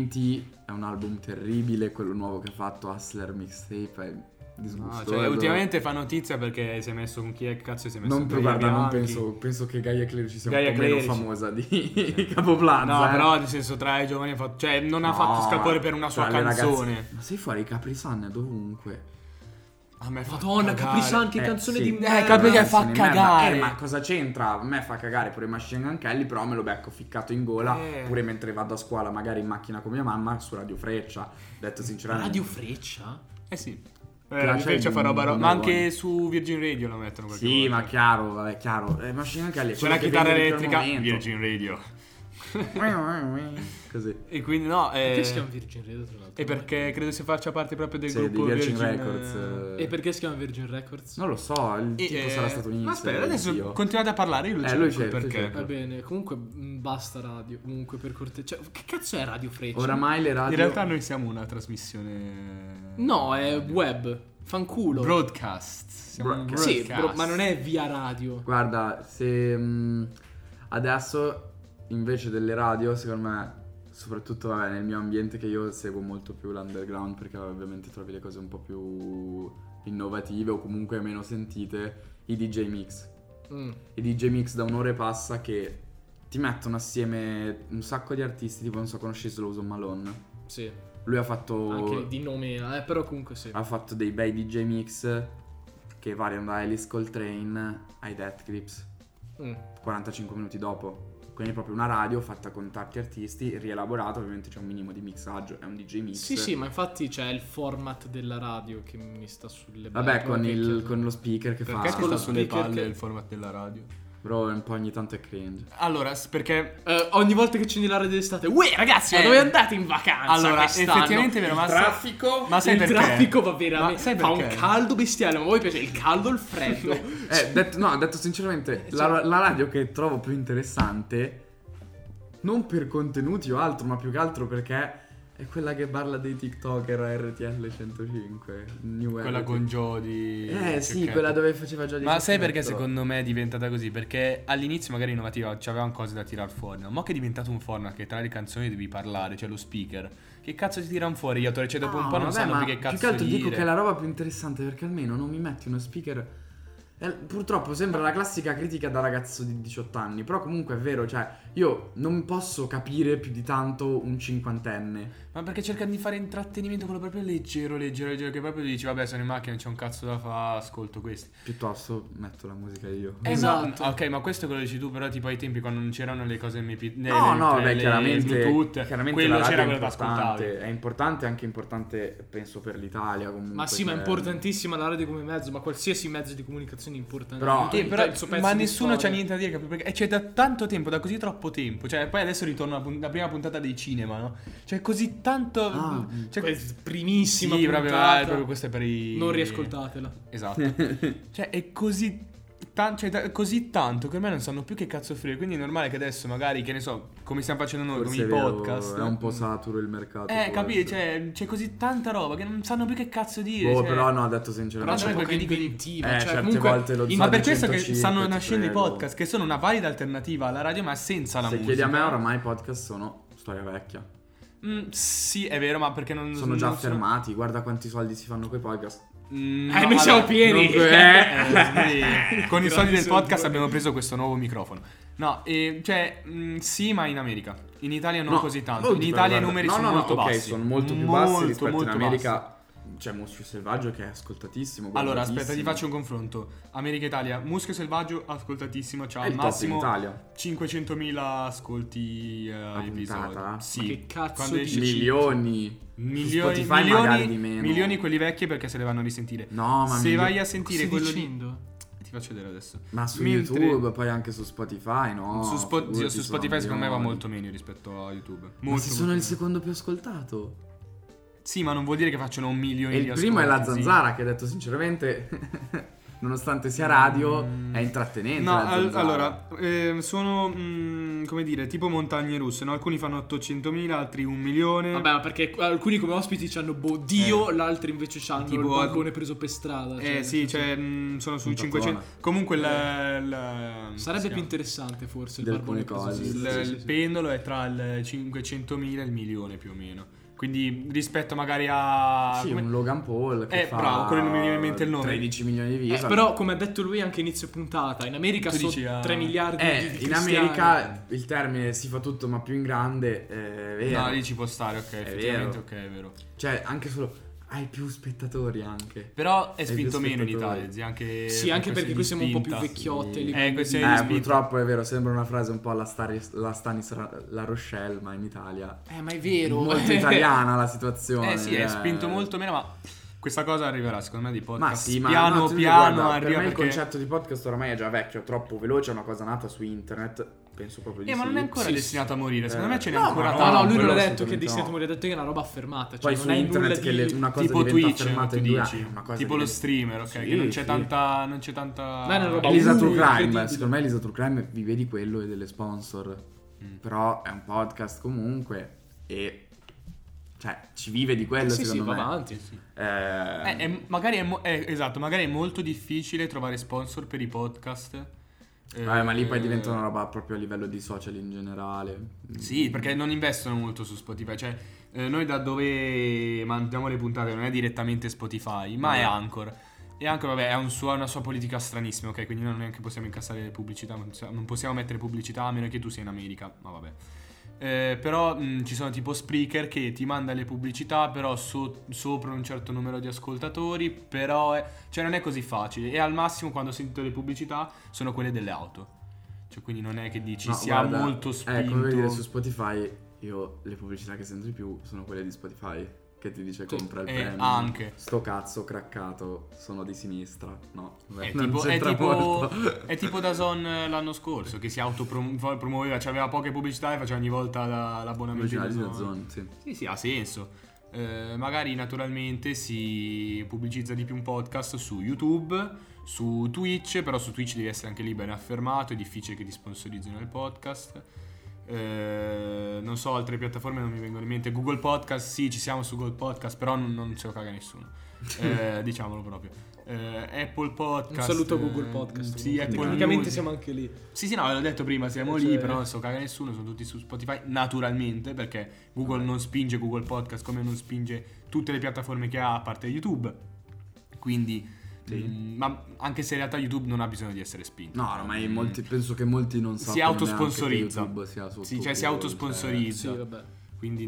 20 è un album terribile, quello nuovo che ha fatto Hustler Mixtape è No, disgustoso. cioè, ultimamente fa notizia perché si è messo con chi è cazzo si è messo Non, con guarda, non Bianchi. penso che Gaia Clerici sia Gaia un po' meno Clerici. famosa di Capoplaza. No, eh. però nel senso tra i giovani ha fatto, cioè non ha No, fatto scalpore per una sua tra le canzone. ragazze- Ma sei fuori Capri Sun è dovunque. A me fa Madonna, cagare. Capri-Sun, che canzone sì. di merda. Capri che fa Canzone di merda. cagare. Ma cosa c'entra? A me fa cagare pure Machine Gun Kelly, però me lo becco ficcato in gola. Pure mentre vado a scuola, magari in macchina con mia mamma, su Radio Freccia. Detto sinceramente. Radio Freccia? Eh sì. C'è Freccia fa roba, un ma anche buono. su Virgin Radio lo mettono qualche Sì, volta. ma chiaro, vabbè, chiaro. Machine Gun Kelly è C'è quello la che chitarra vende di quel elettrica momento. Virgin Radio. Così. E quindi no, Perché si chiama Virgin Radio, tra l'altro? e perché credo si faccia parte proprio del Sì, gruppo di Virgin Records. E perché si chiama Virgin Records? Non lo so, il tipo sarà stato un Ma aspetta, adesso io. continuate a parlare, io lo cerco lui cerca, perché. cerca. Va bene, comunque basta radio. Comunque per cortesia. Cioè, che cazzo è Radio Freccia? Oramai le radio. In realtà noi siamo una trasmissione. No, è web. Fanculo. Broadcast. Siamo un Broadcast. Sì, broadcast. ma non è via radio. Guarda, se adesso invece delle radio, secondo me, soprattutto vabbè, nel mio ambiente che io seguo molto più l'underground, perché ovviamente trovi le cose un po' più innovative o comunque meno sentite, i DJ mix. I DJ mix da un'ora e passa che ti mettono assieme un sacco di artisti, tipo non so, conosci Slow Malone? Sì. Lui ha fatto Anche di nome, però comunque sì. ha fatto dei bei DJ mix che variano da Alice Coltrane ai Death Grips 45 minuti dopo. Quindi proprio una radio fatta con tanti artisti, rielaborata, ovviamente c'è un minimo di mixaggio, è un DJ mix. Sì, ma infatti c'è il format della radio che mi sta sulle Vabbè, balle, con lo speaker che Perché fa. ti sta sulle speaker palle che- il format della radio? Bro, un po' ogni tanto è cringe. Allora, perché ogni volta che accendi la radio d'estate, uè ragazzi, ma dove andate in vacanza? allora, quest'anno? effettivamente è vero, ma traffico. ma sai il perché? traffico va veramente. Ma sai Fa un perché? caldo bestiale. Ma a voi piace il caldo o il freddo? detto sinceramente, la radio che trovo più interessante, non per contenuti o altro, ma più che altro perché è quella che parla dei TikToker a RTL 105. Quella con Jody. Sì, quella dove faceva Jody. Ma sai perché secondo me è diventata così? Perché all'inizio magari innovativa, c'avevano cose da tirar fuori, no? Ma che è diventato un format che tra le canzoni devi parlare, cioè lo speaker. Che cazzo ti tirano fuori? Gli autori, cioè dopo un po' non sanno più che cazzo più che altro dire. dico che è la roba più interessante, perché almeno non mi metti uno speaker. Purtroppo sembra la classica critica da ragazzo di 18 anni, però comunque è vero, cioè io non posso capire più di tanto un cinquantenne. Ma perché cercano di fare intrattenimento quello proprio leggero, che proprio dici vabbè sono in macchina, non c'è un cazzo da fare, ascolto questi. Piuttosto metto la musica io. Esatto. No, ok, ma questo è quello che dici tu, però tipo ai tempi quando non c'erano le cose MP, No, vabbè, le chiaramente Bluetooth, quello la c'era radio quello da ascoltare. è importante, anche importante penso per l'Italia comunque. Ma sì, ma è cioè- importantissima la radio come mezzo, ma qualsiasi mezzo di comunicazione è importante. Però- Però, Il suo pezzo ma di nessuno c'ha storia. niente da dire, capito? Perché c'è da tanto tempo, da così troppo tempo. Cioè, poi adesso ritorna la prima puntata dei cinema, no? Cioè, così tanto. Cioè, Primissima sì, proprio, puntata. proprio questo è per i. Non riascoltatela. Esatto. Cioè, è così. Così tanto che ormai non sanno più che cazzo offrire. Quindi è normale che adesso, magari, che ne so, come stiamo facendo noi, Forse come i è vero, podcast. è un po' saturo il mercato. forse. Capito? Cioè, c'è così tanta roba che non sanno più che cazzo dire. Boh, cioè. però no, detto Però sinceramente. c'è quel poca che dico di- inventiva. Cioè, certe comunque, volte lo Ma per Zodi questo che 105, stanno ti nascendo i prego. podcast, che sono una valida alternativa alla radio, ma senza la Se musica. chiedi a me, oramai i podcast sono storia vecchia. Sì, è vero, ma perché non Sono già non affermati, guarda quanti soldi si fanno quei podcast. noi siamo pieni. sì. Con i soldi del podcast abbiamo preso questo nuovo microfono. No, sì, ma in America. In Italia non No, così tanto. molti In Italia i però, numeri guarda- sono molto ok, bassi. sono molto più bassi rispetto in molto America. bassi. C'è Muschio Selvaggio che è ascoltatissimo. Allora, aspetta, ti guardatissimo. faccio un confronto. America e Italia, Muschio Selvaggio ascoltatissimo, c'ha È al il top in massimo Italia. 500.000 ascolti episodio. puntata? Sì. Ma che cazzo Quando dici? esce Milioni. milioni, Spotify magari di meno. milioni quelli vecchi perché se le vanno a risentire. No, ma se vai a sentire Stai quello dicendo? ti faccio vedere adesso. Ma su Mentre- YouTube, poi anche su Spotify, no? su Figurati, su sono Spotify secondo me va milioni. molto meglio rispetto a YouTube. Ma Molto, se sono molto il meno. secondo più ascoltato. Sì, ma non vuol dire che facciano un milione E di il ascolti. primo è la sì. Zanzara, che detto sinceramente, nonostante sia radio, è intrattenente. No, la Zanzara. allora, sono, come dire, tipo montagne russe, no? Alcuni fanno 800.000, altri 1 milione. Vabbè, ma perché alcuni come ospiti c'hanno Dio, l'altri invece c'hanno Tipo il balcone preso per strada. Cioè, sì, cioè, sono sui Puntatona. 500. Comunque Sarebbe più interessante forse il Di barbone alcune preso cose. per il, strada. il pendolo è tra il 500.000 e il milione più o meno. Quindi rispetto magari a... Sì, come- un Logan Paul che fa bravo, quello non mi viene in mente il nome. 13 milioni di views. Però come ha detto lui anche a inizio puntata, in America Tu sono dici, 3 miliardi di in cristiani. America il termine si fa tutto ma più in grande, è vero. No, lì ci può stare, ok, effettivamente vero. ok, è vero. Cioè, anche solo hai più spettatori anche. Però è Hai spinto più meno in spettatori. Italia, zii, anche Sì, anche perché qui siamo un po' più spinta. vecchiotte. Sì. lì, questi quindi- è di spinta. Purtroppo è vero, sembra una frase un po' alla Stanis La Rochelle, ma in Italia ma è è vero. molto italiana la situazione. Sì, è spinto molto meno, ma questa cosa arriverà secondo me di podcast. Ma sì, ma piano no, ti dico, piano guarda, arriva per me il perché... concetto di podcast oramai è già vecchio, troppo veloce, è una cosa nata su internet, penso proprio di sì. ma non è ancora Sì, destinato a morire, secondo me ce n'è no, ancora ma No, no, tanto. lui non quello ha detto che è assolutamente destinato a no. morire, ha detto che è una roba affermata. Cioè Poi non su è nulla internet che di... una cosa Tipo diventa Twitch, affermata tu in 2 dici, anni, una cosa tipo lo diventa- streamer, ok, Sì, che non c'è sì. tanta... Non c'è tanta... Ma è una roba Elisa True incredibile. Crime, secondo me Elisa True Crime vive di quello e delle sponsor. Però è un podcast comunque e cioè ci vive di quello Sì, secondo va me. avanti. magari esatto, magari è molto difficile trovare sponsor per i podcast. Ma lì poi diventa una roba proprio a livello di social in generale. Sì, perché non investono molto su Spotify. Cioè, noi da dove mandiamo le puntate non è direttamente Spotify, ma è Anchor. E Anchor, vabbè, ha una sua politica stranissima, ok? Quindi noi non neanche possiamo incassare le pubblicità, non possiamo mettere pubblicità a meno che tu sia in America, ma vabbè. Però ci sono tipo Spreaker che ti manda le pubblicità, però sopra un certo numero di ascoltatori, però cioè non è così facile. E al massimo quando sento le pubblicità sono quelle delle auto. Cioè quindi non è che dici No, sia guarda, molto spinto. come dire, su Spotify io le pubblicità che sento di più sono quelle di Spotify che ti dice compra il premium. anche. Sto cazzo craccato, sono di sinistra. No, È non tipo, c'entra molto. è tipo DAZN l'anno scorso che si autopromuoveva, cioè aveva poche pubblicità e faceva ogni volta l'abbonamento Originali di di DAZN. DAZN, sì. Sì, ha senso. Magari naturalmente si pubblicizza di più un podcast su YouTube, su Twitch, però su Twitch devi essere anche lì ben affermato, è difficile che ti sponsorizzino il podcast. Non so, altre piattaforme non mi vengono in mente. Google Podcast, sì, ci siamo su Google Podcast, però non ce lo caga nessuno. Diciamolo proprio. Apple Podcast. Un saluto a Google Podcast. Sì, Apple Tecnicamente Music. siamo anche lì. Sì, no, l'ho detto prima, siamo Cioè- lì, però non so caga nessuno, sono tutti su Spotify, naturalmente, perché Google non spinge Google Podcast come non spinge tutte le piattaforme che ha, a parte YouTube. Quindi, ma anche se in realtà YouTube non ha bisogno di essere spinto. No, ormai penso che molti non sappiano si autosponsorizza. neanche che YouTube sia sotto Sì, cioè si Google, autosponsorizza. Sì, vabbè. Quindi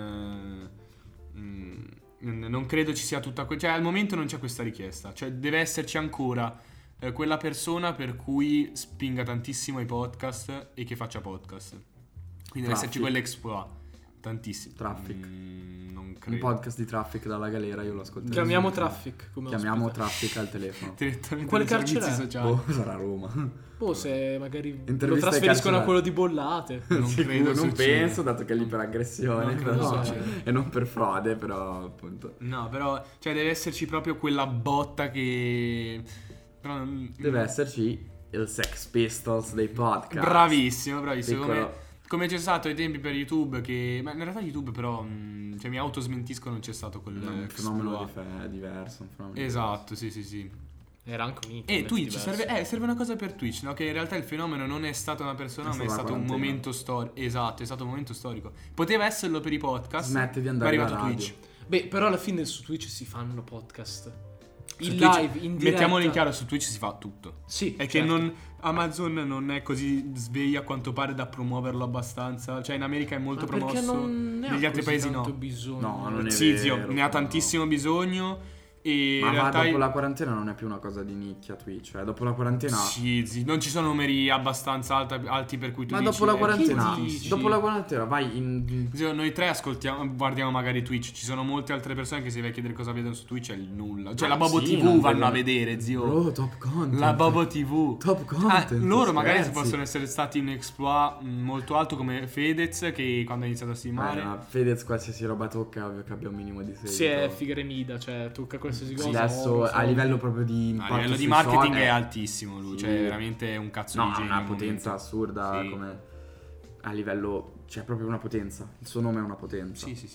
non credo ci sia tutta cioè al momento non c'è questa richiesta, cioè deve esserci ancora quella persona per cui spinga tantissimo i podcast e che faccia podcast, quindi deve esserci quell'exploit tantissimo. Traffic. Non Un credo. podcast di Traffic dalla galera, io lo ascolto. Chiamiamo Traffic come Chiamiamo ospite. Traffic al telefono. Direttamente Quale dai servizi carcere è? sociali. Sarà Roma. Se magari lo Intervista ai trasferiscono a carcerati. quello di Bollate. Non Sicuro, credo non succeda. penso, dato che è lì per aggressione, Non credo però, succeda. e non per frode, però appunto. No, però cioè deve esserci proprio quella botta che però Deve esserci il Sex Pistols dei podcast. bravissimo. Piccolo. Come c'è stato ai tempi per YouTube che... Ma in realtà YouTube però... cioè mi autosmentisco, non c'è stato quel... Un fenomeno exploit. diverso. Un fenomeno esatto, sì. Era anche un E internet Twitch, diverso. serve una cosa per Twitch, no? Che in realtà il fenomeno non è stata una persona, È ma è stata la stato un quarantena. momento storico. Esatto, è stato un momento storico. Poteva esserlo per i podcast, Smette di ma è andare alla arrivato radio. Twitch. Beh, però alla fine su Twitch si fanno podcast. Su In Twitch- live, in diretta. Mettiamolo in chiaro, su Twitch si fa tutto. Sì, È certo. che Amazon non è così sveglia a quanto pare da promuoverlo abbastanza. Cioè in America è molto Ma perché promosso, non ne ha negli altri così paesi tanto no. bisogno. No, non è Sì, vero, zio, ne ha no. tantissimo bisogno. E Ma in realtà dopo la quarantena non è più una cosa di nicchia Twitch, cioè dopo la quarantena... Sì, non ci sono numeri abbastanza alti per cui tu Ma dici, dopo la quarantena, chi dici? dopo la quarantena vai in... Zio, noi tre guardiamo magari Twitch. Ci sono molte altre persone che se vai a chiedere cosa vedono su Twitch è il nulla. Cioè Ma la Bobo sì, TV non vanno vedo- a vedere, zio. Bro, top content. La Bobo TV. Top content. Loro magari scherzi. possono essere stati un exploit molto alto come Fedez, che quando ha iniziato a streamare Ma Fedez qualsiasi roba tocca, ovvio che abbia un minimo di seguito. Si è figremida, cioè tocca qualsiasi cosa. Adesso oro, a soldi. livello proprio di a impatto livello di sui marketing social, è altissimo lui, sì. cioè veramente è un cazzo No, di ha genio. una al potenza momento. assurda Sì. come a livello, cioè proprio una potenza. Il suo nome è una potenza. Sì.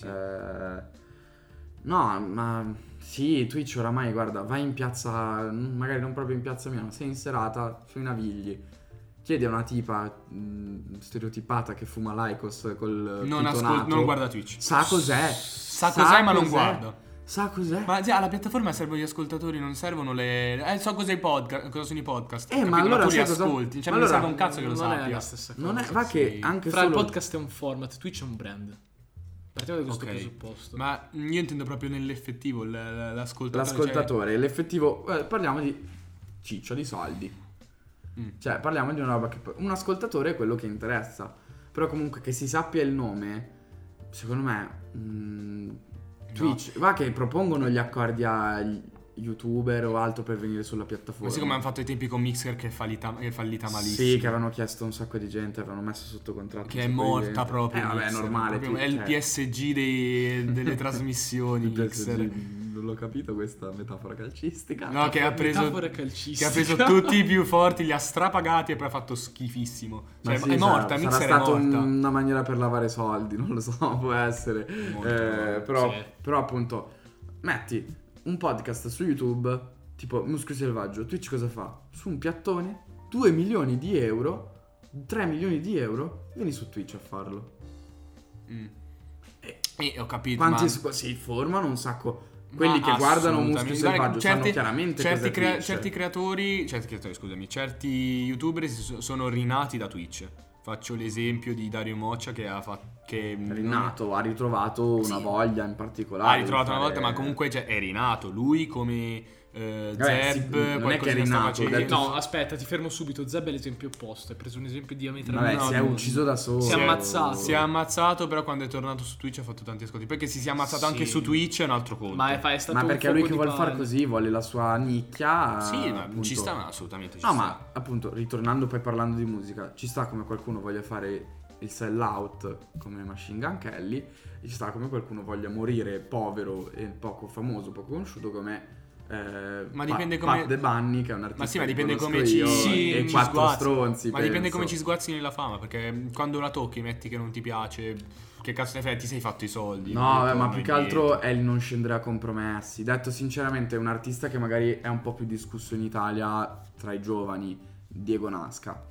No, ma sì, Twitch oramai, guarda, vai in piazza, magari non proprio in piazza mia, ma sei in serata sui Navigli. Chiedi a una tipa stereotipata che fuma l'Aicos col Non guarda Twitch. Sa cos'è. Sa cos'è, ma non guarda. Sa cos'è. Ma zia, alla piattaforma servono gli ascoltatori, non servono le... so cosa cosa sono i podcast. Ma capito? allora tu li sai cosa- ascolti. Cioè ma non allora- serve un cazzo che lo non è sappia. la stessa cosa. Non è, va che sì. anche Fra solo il podcast è un format, Twitch è un brand. Partiamo da questo Ok. presupposto. Ma io intendo proprio nell'effettivo l'ascoltatore. L'ascoltatore, l'effettivo, parliamo di ciccio, di soldi. Cioè, parliamo di una roba che un ascoltatore è quello che interessa. Però comunque che si sappia il nome, secondo me Twitch, va che propongono gli accordi a youtuber o altro per venire sulla piattaforma. Così come hanno fatto i tempi con Mixer che è fallita malissimo. Sì, che avevano chiesto un sacco di gente, avevano messo sotto contratto. Che è un sacco di morta gente. proprio. Vabbè, è Mixer, normale. proprio, è il PSG delle trasmissioni. Il Mixer. PSG, non l'ho capito questa metafora calcistica. No, che ha preso Metafora calcistica. tutti i più forti, li ha strapagati e poi ha fatto schifissimo. Ma Cioè, sì, è morta, sarà Mixer è stato morta. una maniera per lavare soldi, non lo so, può essere. Però, Sì. però appunto, metti un podcast su YouTube, tipo Muschio Selvaggio, Twitch cosa fa? Su un piattone, 2 milioni di euro, 3 milioni di euro, vieni su Twitch a farlo. Ho capito, Quanti ma... si formano un sacco. Quelli Ma che guardano Muschio assolutamente. Selvaggio sanno Certi- chiaramente certi cos'è Twitch. certi youtuber sono rinati da Twitch. Faccio l'esempio di Dario Moccia che ha fatto È rinato, ha ritrovato una Sì. voglia in particolare. ha ritrovato di una volta, fare- ma comunque è rinato. Lui come Vabbè, sì, Zeb, non è che è qualcosina sta rinato, facendo. ho detto- No, aspetta, ti fermo subito. Zeb è l'esempio opposto. Hai preso un esempio diametralmente. Vabbè, si è ucciso da solo. Si è ammazzato. Si è ammazzato, però quando è tornato su Twitch ha fatto tanti ascolti. Poi che si sia ammazzato Sì. anche su Twitch è un altro conto. Ma è stato Ma un perché fuoco lui che di vuole fare pane. così, vuole la sua nicchia. Sì, ma appunto. ci sta, assolutamente ci No, sta. ma appunto, ritornando poi parlando di musica, ci sta come qualcuno voglia fare il sell out come Machine Gun Kelly, e ci sta come qualcuno voglia morire povero e poco famoso, poco conosciuto come Ma dipende come- Pat The Bunny, che è un artista Ma sì, ma che dipende conosco come ci, io, sì, e ci 4 sguazzi. stronzi. Ma dipende penso. come ci sguazzi nella fama, perché quando la tocchi metti che non ti piace, che cazzo ne fai? Ti sei fatto i soldi. No, non vabbè, ma torna più che indietro. altro è il non scendere a compromessi. Detto sinceramente, è un artista che magari è un po' più discusso in Italia tra i giovani, Diego Nasca,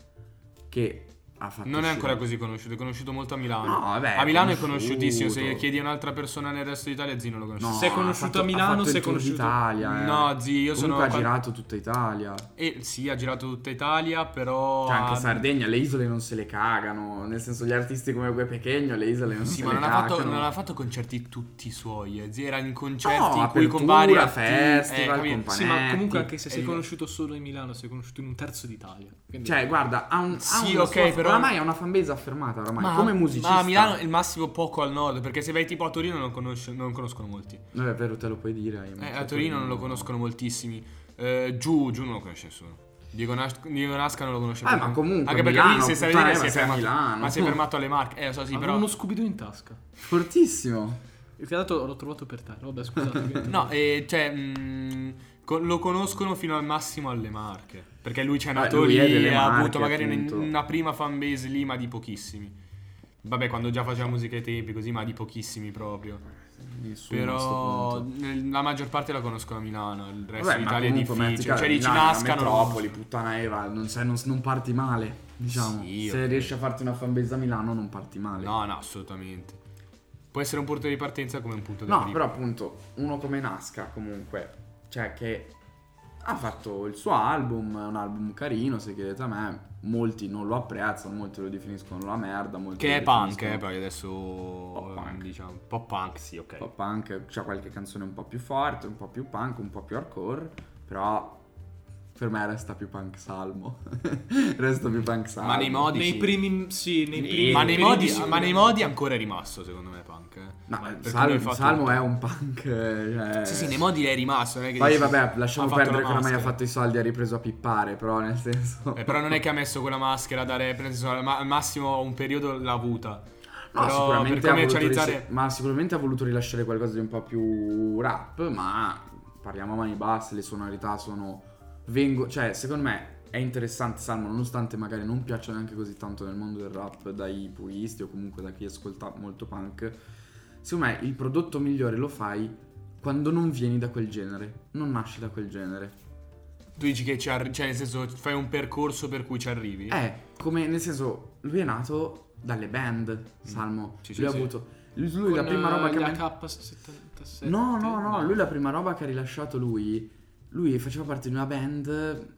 che ha fatto Non è ancora uscire- così conosciuto, è conosciuto molto a Milano. No, vabbè, a Milano è conosciuto. conosciutissimo, se chiedi a un'altra persona nel resto d'Italia, zio, non lo conosci. No, Se è conosciuto ha fatto- a Milano, ha fatto se è il tour conosciuto- d'Italia, No, zio, io sono... Comunque ha girato tutta Italia. Sì, ha girato tutta Italia, però... Cioè, anche ha- Sardegna, le isole non se le cagano. Nel senso, gli artisti come Gue Pechegno, le isole non Sì, se ma le non cagano. ha fatto concerti tutti i suoi. Zio, era in concerti No, in cui con apertura, vari festival, capito? con Sì, ma comunque anche se E sei io- conosciuto solo in Milano, sei conosciuto in un terzo d'Italia. Quindi- Cioè, guarda, ha Sì, una ok, sua- però- oramai ha una fanbase affermata, oramai. Ma, Come musicista. ma a Milano è il massimo poco al nord, perché se vai tipo a Torino non conoscono molti. No, è vero, te lo puoi dire. A Torino non lo conoscono moltissimi. Giù non lo conosce nessuno. Diego Nasca non lo conosce ma comunque anche perché Milano, lì se stai a puttana, vedere ma si è sei a fermato. Milano. Ma si è fermato alle Marche. Lo so, sì, Avevo però. uno Scooby-Doo in tasca. Fortissimo. Il fidato l'ho trovato per terra. Vabbè, scusate. No, cioè. Lo conoscono fino al massimo alle Marche. Perché lui c'è nato lui è lì delle e ha Marche, avuto magari appunto. una prima fanbase lì, ma di pochissimi. Vabbè, quando già faceva musica ai tempi, così, ma di pochissimi proprio. Nessuno a sto Però punto. la maggior parte la conoscono a Milano, il resto Vabbè, ma d'Italia è comunque metti difficile. caso, Cioè, dici Milano è una Nasca metropoli, puttana Eva, non parti male, diciamo. Sì, Se ok. riesci a farti una fanbase a Milano non parti male. No, assolutamente. Può essere un punto di partenza come un punto di No, arrivo. però appunto uno come Nasca comunque, cioè che ha fatto il suo album, è un album carino, se chiedete a me, molti non lo apprezzano, molti lo definiscono la merda, molti Che lo è punk, definiscono poi adesso Pop punk. diciamo pop punk, sì, ok. pop punk, c'ha qualche canzone un po' più forte, un po' più punk, un po' più hardcore, però per me resta più punk Salmo. Resta più punk Salmo. Ma nei modi Nei sì. primi, sì, nei primi. ma nei periodi modi, sì. ma nei modi ancora è rimasto secondo me punk. No, Perché Salmo, lui fa Salmo tutto. è un punk, cioè... Sì, nei modi è rimasto, non è che Poi dici, vabbè, lasciamo ha fatto perdere la che ormai ha maschera. fatto i soldi e ha ripreso a pippare, però nel senso... Però non è che ha messo quella maschera da rap, nel senso, al massimo un periodo l'ha avuta. No, Però sicuramente per ha voluto commercializzare ma sicuramente ha voluto rilasciare qualcosa di un po' più rap, ma parliamo a mani basse, le sonorità sono... cioè, secondo me è interessante Salmo, nonostante magari non piaccia neanche così tanto nel mondo del rap dai puristi o comunque da chi ascolta molto punk. Secondo me il prodotto migliore lo fai quando non vieni da quel genere, non nasci da quel genere. tu dici che cioè nel senso fai un percorso per cui ci arrivi. Come nel senso, lui è nato dalle band, Salmo. Sì, sì, lui ha sì. avuto... Lui Con la prima roba che... gli AK-77. No, lui la prima roba che ha rilasciato lui faceva parte di una band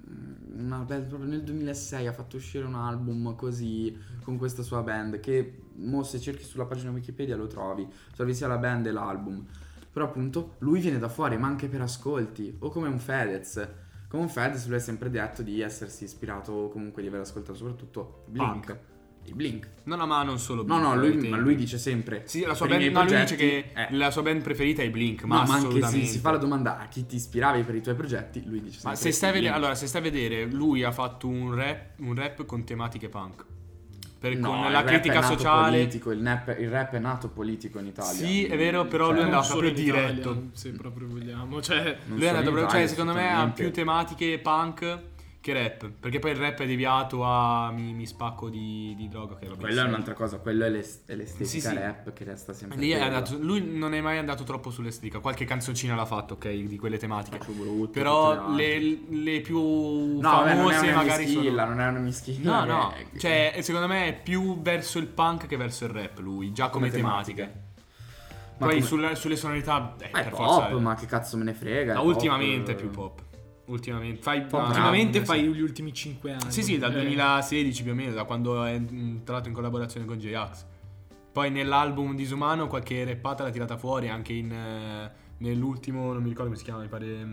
proprio nel 2006 ha fatto uscire un album così, con questa sua band, che mo se cerchi sulla pagina Wikipedia lo trovi sia la band e l'album. Però appunto lui viene da fuori, ma anche per ascolti, o come un Fedez. Come un Fedez lui ha sempre detto di essersi ispirato, o comunque di aver ascoltato soprattutto Blink. I Blink. No, ma non solo Blink. No, ma lui dice sempre. Sì, la sua band, lui dice che la sua band preferita è i Blink, ma anche se si fa la domanda a chi ti ispiravi per i tuoi progetti, lui dice sempre. Ma se stai a vedere, lui ha fatto un rap con tematiche punk. Con la critica sociale. Politico, il rap è nato politico in Italia. Sì, è vero, però lui è andato proprio diretto. Se proprio vogliamo, cioè lui è andato proprio, secondo me ha più tematiche punk che rap, perché poi il rap è deviato a mi spacco di droga, che quella è un'altra cosa, quello è l'estetica sì. Rap che resta sempre lui non è mai andato troppo sull'estetica, qualche canzoncina l'ha fatto, ok, di quelle tematiche, brutto, però le più famose magari non è una mischilla. No, cioè secondo me è più verso il punk che verso il rap lui, già come tematiche. Poi sulle sonorità per pop, forza, ma che cazzo me ne frega. No, ultimamente è più pop. Ultimamente fai gli ultimi 5 anni. Sì, dal 2016 più o meno, da quando è entrato in collaborazione con J-Ax. Poi nell'album Disumano qualche rappata l'ha tirata fuori, anche nell'ultimo, non mi ricordo come si chiama, mi pare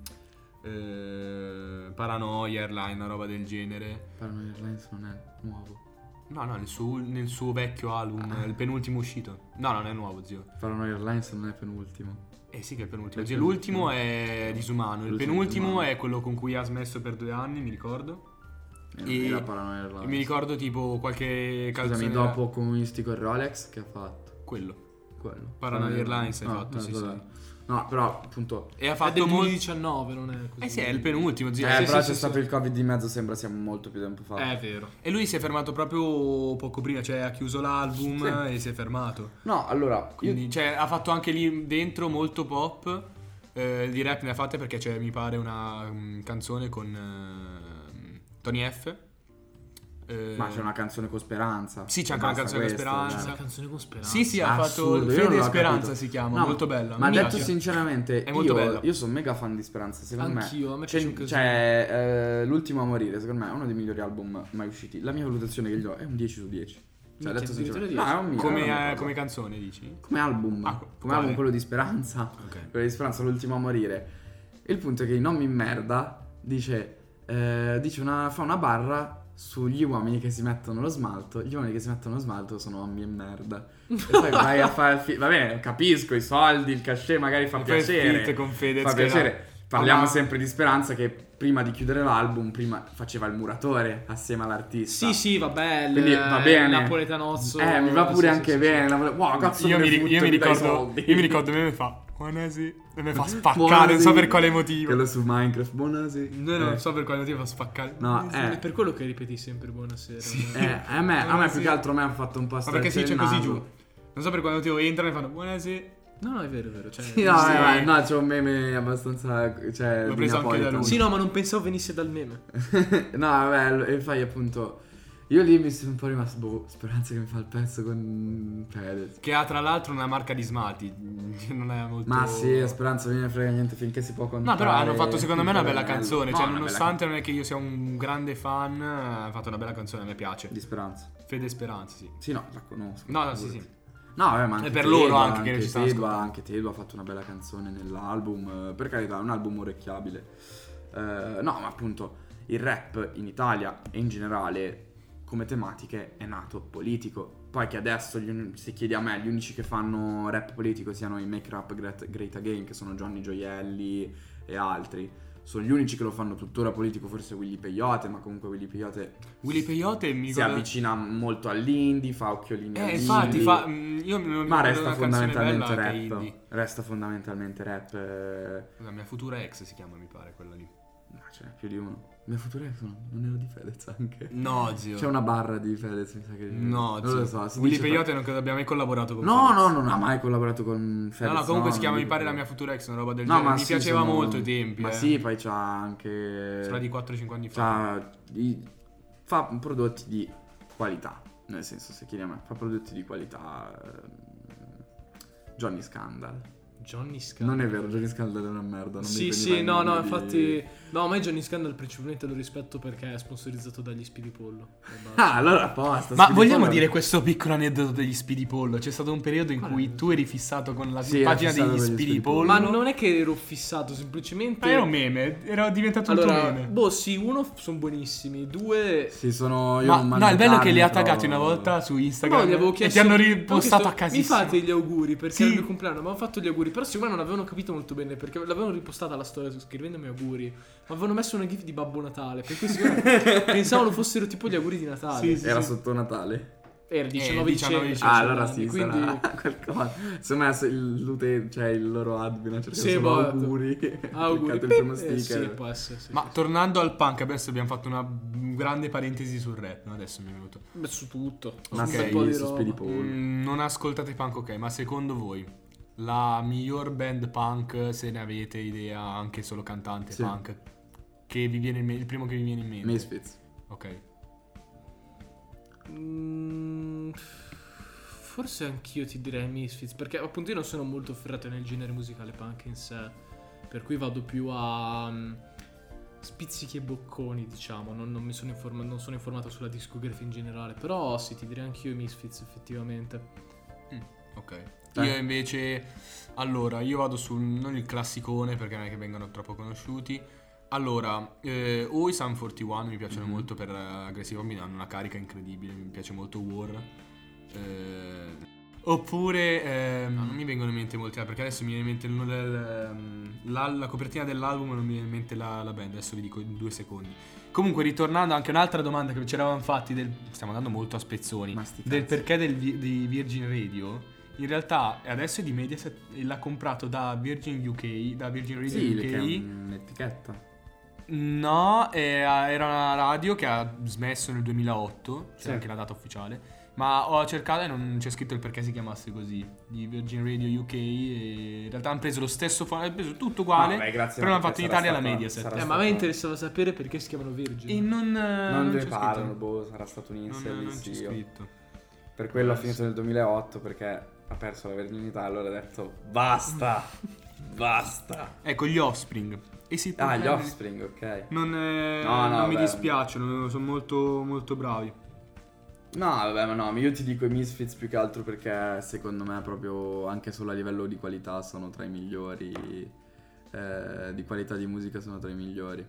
Paranoia Airline, una roba del genere. Paranoia Airlines non è nuovo. No, nel suo vecchio album, il penultimo uscito. No, non è nuovo, zio. Paranoia Airlines non è penultimo. Sì, che è il penultimo. L'ultimo è Disumano. Il penultimo è quello con cui ha smesso per 2 anni, mi ricordo. E mi ricordo tipo qualche canzone. Scusami, dopo Comunistico e Rolex che ha fatto? Quello. Paranoia Airlines hai fatto, sì. No, però appunto. E ha fatto 2019, non è così. Sì, è il penultimo, zio. Però c'è stato il Covid di mezzo, sembra sia molto più tempo fa. È vero. E lui si è fermato proprio poco prima, cioè ha chiuso l'album e si è fermato. No, allora. Quindi, cioè, ha fatto anche lì dentro molto pop. Di rap ne ha fatte perché c'è, mi pare, una canzone con Tony F. Ma c'è una canzone con Speranza. Sì, c'è anche una canzone con Speranza. Una canzone con Speranza. Sì, ha fatto Fede e Speranza si chiama, molto bella. Ma detto sinceramente, è molto bella. Io sono mega fan di Speranza, secondo Anch'io, a me c'è L'ultimo a morire, secondo me è uno dei migliori album mai usciti. La mia valutazione che gli do è un 10 su 10. Cioè, detto sinceramente, no, è un mio, come canzone, dici? Come album. Come album quello di Speranza. Okay. Quello di Speranza, L'ultimo a morire. Il punto è che Non mi merda fa una barra sugli uomini che si mettono lo smalto. Gli uomini che si mettono lo smalto sono uomini e merda. E poi vai a fare il film. Va bene, capisco, i soldi, il cachet magari fa piacere. Con Fedez, fa piacere. Parliamo sempre di Speranza che prima di chiudere l'album prima faceva il muratore assieme all'artista. Sì, vabbè, quindi va bene. Il napoletanozzo. Mi va pure anche bene. Wow, cazzo, io mi ricordo me fa buonasera e mi fa spaccare, non so per quale motivo. Quello su Minecraft, buonasera. Non so per quale motivo fa spaccare. No, è per quello che ripeti sempre buonasera. Sì. A me più che altro mi ha fatto un po' ma perché si dice così giù. Non so per quale motivo entrano e fanno buonasera. No, è vero. Cioè, sì, no, c'è un meme abbastanza. Cioè, l'ho preso anche da lui. Sì, no, ma non pensavo venisse dal meme. No, vabbè, e fai appunto. Io lì mi sono un po' rimasto. Speranza che mi fa il pezzo con Fedez. Che ha tra l'altro una marca di smalti. Non è molto. Ma sì, Speranza non me ne frega niente finché si può contare. No, però hanno fatto secondo me una bella canzone. Cioè, nonostante non è che io sia un grande fan, ha fatto una bella canzone, a me piace. Di Speranza. Fede Speranza, sì. Sì, no, la conosco. No, sì. No, ma anche è per loro anche che ci stanno ascoltando. Anche Tedua ha fatto una bella canzone nell'album. Per carità, è un album orecchiabile. No, ma appunto il rap in Italia e in generale come tematiche è nato politico. Poi che adesso, se chiedi a me, gli unici che fanno rap politico siano i Make Rap Great Again, che sono Johnny Gioielli e altri. Sono gli unici che lo fanno tuttora politico, forse Willy Peyote, ma comunque Willy Peyote si avvicina molto all'indie, fa occhiolini all'indie. Infatti ma resta fondamentalmente rap. Resta fondamentalmente rap. La mia futura ex si chiama, mi pare, quella lì. No, ce n'è più di uno. Mia futura ex non ero di Fedez anche. No, zio. C'è una barra di Fedez, mi sa che. No, non zio. Lo so. Willy Peyote non credo abbia mai collaborato con Fedez. No, non ha mai collaborato con Fedez. No, comunque si chiama, mi pare, La mia futura ex, una roba del genere. Mi piaceva molto ai tempi. Ma sì, poi c'ha anche. Sarà di 4-5 anni fa. Fa prodotti di qualità. Nel senso, se chiedi a me, fa prodotti di qualità. Johnny Scandal. Johnny Scandal. Non è vero, Johnny Scandal è una merda. Non Sì, mi sì, veniva no, in no, mente infatti... No, a me Johnny Scandal principalmente lo rispetto perché è sponsorizzato dagli Spidipollo. Ah, allora apposta. Ma Speedy vogliamo Paul- dire questo piccolo aneddoto degli Spidipollo? C'è stato un periodo in Qual cui è? tu eri fissato con la Sì, ero pagina fissato degli con gli Spidipollo. Ma non è che ero fissato, semplicemente... Ma era un meme, era diventato un tuo Allora, meme. boh, sì, uno, sono buonissimi. Due... Sì, sono... Io Ma non no, mangio il bello è che li ha carne, taggati però- una volta su No, Instagram gli avevo e chiesto, ti hanno avevo ripostato a chiesto, casissimo. mi fate gli auguri perché Sì. era il mio compleanno. Mi hanno fatto gli auguri. Però secondo me non avevano capito molto bene perché l'avevano ripostata la storia scrivendomi auguri. Ma avevano messo una gif di Babbo Natale. Per cui secondo me pensavano fossero tipo gli auguri di Natale. Sì, sì. Era sotto Natale. Era 19 19 dicembre. Ah, allora sì, quindi... sarà qualcosa. Secondo me se cioè il loro admin ha cercato Sì, solo boh, auguri. auguri. Ha cliccato il primo Sì, sticker. può essere, sì. Ma tornando al punk, adesso abbiamo fatto una grande parentesi sul rap, no? Adesso mi è venuto. Beh, su tutto. Ma Su Ok, un bel po' di su roba. Speedy Paul. Non ascoltate punk, ok, ma secondo voi la miglior band punk, se ne avete idea, anche solo cantante Sì. punk, che vi viene in mente, il primo che vi viene in mente? Misfits. Ok. Forse anch'io ti direi Misfits, perché appunto io non sono molto ferrato nel genere musicale punk in sé, per cui vado più a spizzichi e bocconi, diciamo, non sono informato sulla discografia in generale, però sì, ti direi anch'io i Misfits effettivamente. Ok. Io invece, allora, io vado sul, non il classicone perché non è che vengano troppo conosciuti. Allora, o i Sum 41 mi piacciono molto per aggressivo, mi danno una carica incredibile, mi piace molto War. Oppure, no, non mi vengono in mente molti, perché adesso mi viene in mente la copertina dell'album, non mi viene in mente la band, adesso vi dico in 2 secondi. Comunque, ritornando anche un'altra domanda che ci eravamo fatti, stiamo andando molto a spezzoni, Ma sti del cazzi. perché di Virgin Radio. In realtà adesso è di Mediaset e l'ha comprato da Virgin UK, da Virgin Radio Sì, UK. che è un'etichetta. No, era una radio che ha smesso nel 2008, c'è Sì. anche la data ufficiale. Ma ho cercato e non c'è scritto il perché si chiamasse così, di Virgin Radio UK, e in realtà hanno preso lo stesso, hanno preso tutto uguale, Vabbè, grazie, però l'hanno perché fatto in sarà Italia stata- la Mediaset. sarà Ma a me interessava sapere perché si chiamano Virgin. E non Non c'è ne parlano, scritto. boh, sarà stato un Non c'è inservizio. scritto. Per quello ha finito nel 2008 perché ha perso la verginità e allora ha detto basta, basta. Ecco, gli Offspring. E si può Ah, gli prendere- Offspring, ok. Non mi vabbè. dispiacciono, sono molto, molto bravi. No, vabbè, ma no, io ti dico i Misfits più che altro perché secondo me proprio anche solo a livello di qualità sono tra i migliori. Di qualità di musica sono tra i migliori.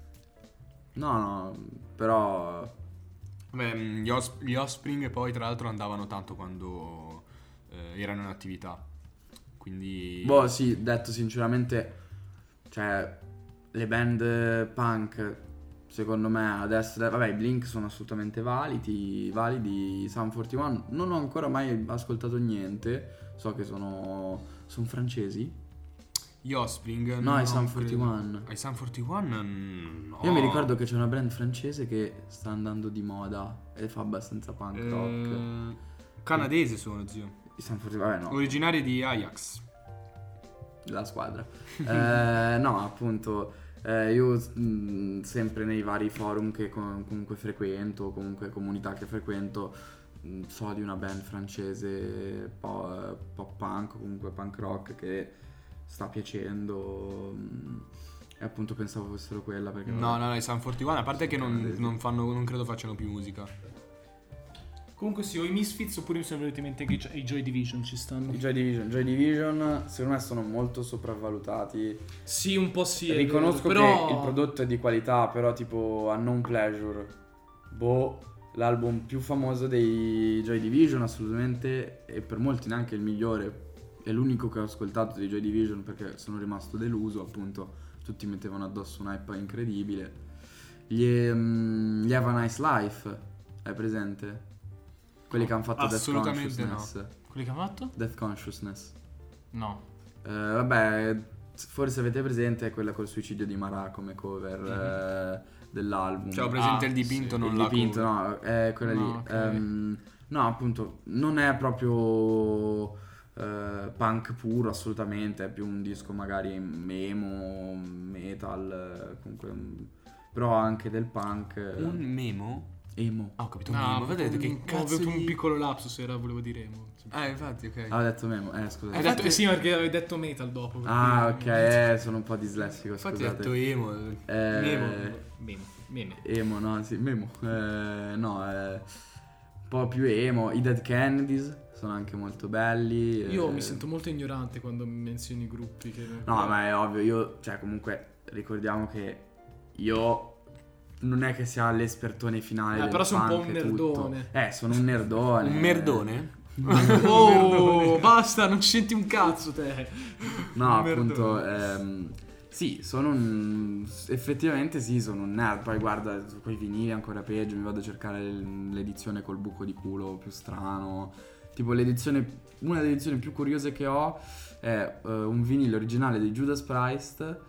No, però... Beh, gli Offspring poi tra l'altro andavano tanto quando erano in attività. Quindi... Boh, sì, detto sinceramente, cioè, le band punk, secondo me, adesso, vabbè, i Blink sono assolutamente validi, Sum 41, non ho ancora mai ascoltato niente, so che sono francesi. Gli Offspring... No, i Sum credo. 41. I Sum 41 no. Io mi ricordo che c'è una band francese che sta andando di moda e fa abbastanza punk rock. Canadese sono, zio. I Sum 41, vabbè, no. Originari di Ajax. La squadra. No, appunto, io sempre nei vari forum che comunque frequento, comunque comunità che frequento, so di una band francese pop punk, comunque punk rock che sta piacendo. E appunto pensavo fossero quella perché No, i Sum 41, a parte che Canadesi. non credo facciano più musica. Comunque sì, o i Misfits oppure mi sono venuti in mente che i Joy Division ci stanno. I Joy Division secondo me sono molto sopravvalutati. Sì, un po' sì. è Riconosco vero, però... che il prodotto è di qualità, però tipo Unknown Pleasure, boh, l'album più famoso dei Joy Division assolutamente, e per molti neanche il migliore, è l'unico che ho ascoltato dei Joy Division perché sono rimasto deluso, appunto, tutti mettevano addosso un hype incredibile. Gli Have a Nice Life, hai presente? Quelli che hanno fatto Death assolutamente Consciousness. Quelli che ha fatto? Death Consciousness. No. Vabbè, forse avete presente quella col suicidio di Marà come cover dell'album. Cioè, ho presente il dipinto, Sì, non il la dipinto, cover. no, è quella No, lì. ok. No, appunto, non è proprio punk puro, assolutamente. È più un disco magari emo, metal, comunque. Però anche del punk. Un memo? Emo. Ah, ho capito. No, Memo. Vedete che ho cazzo avuto di... un piccolo lapsus, volevo dire emo. infatti, ok. Ah, ho detto Memo. Scusa. Hai detto, sì, perché avevi detto metal dopo. Ah, quindi- ok, sono un po' dislessico, Infatti ho scusate. detto emo. Meme. Emo, no, sì, Memo. No, un po' più emo. I Dead Kennedys sono anche molto belli. Io mi sento molto ignorante quando menzioni i gruppi che... No, ma è ovvio, cioè comunque ricordiamo che io non è che sia l'espertone finale del però sei un po' punk un e tutto. nerdone. Sono un nerdone. Un merdone? Oh, basta, non ci senti un cazzo te. No, Un appunto, sì, effettivamente sì, sono un nerd. Poi guarda, su quei vinili ancora peggio, mi vado a cercare l'edizione col buco di culo più strano. Tipo una delle edizioni più curiose che ho è un vinile originale di Judas Priest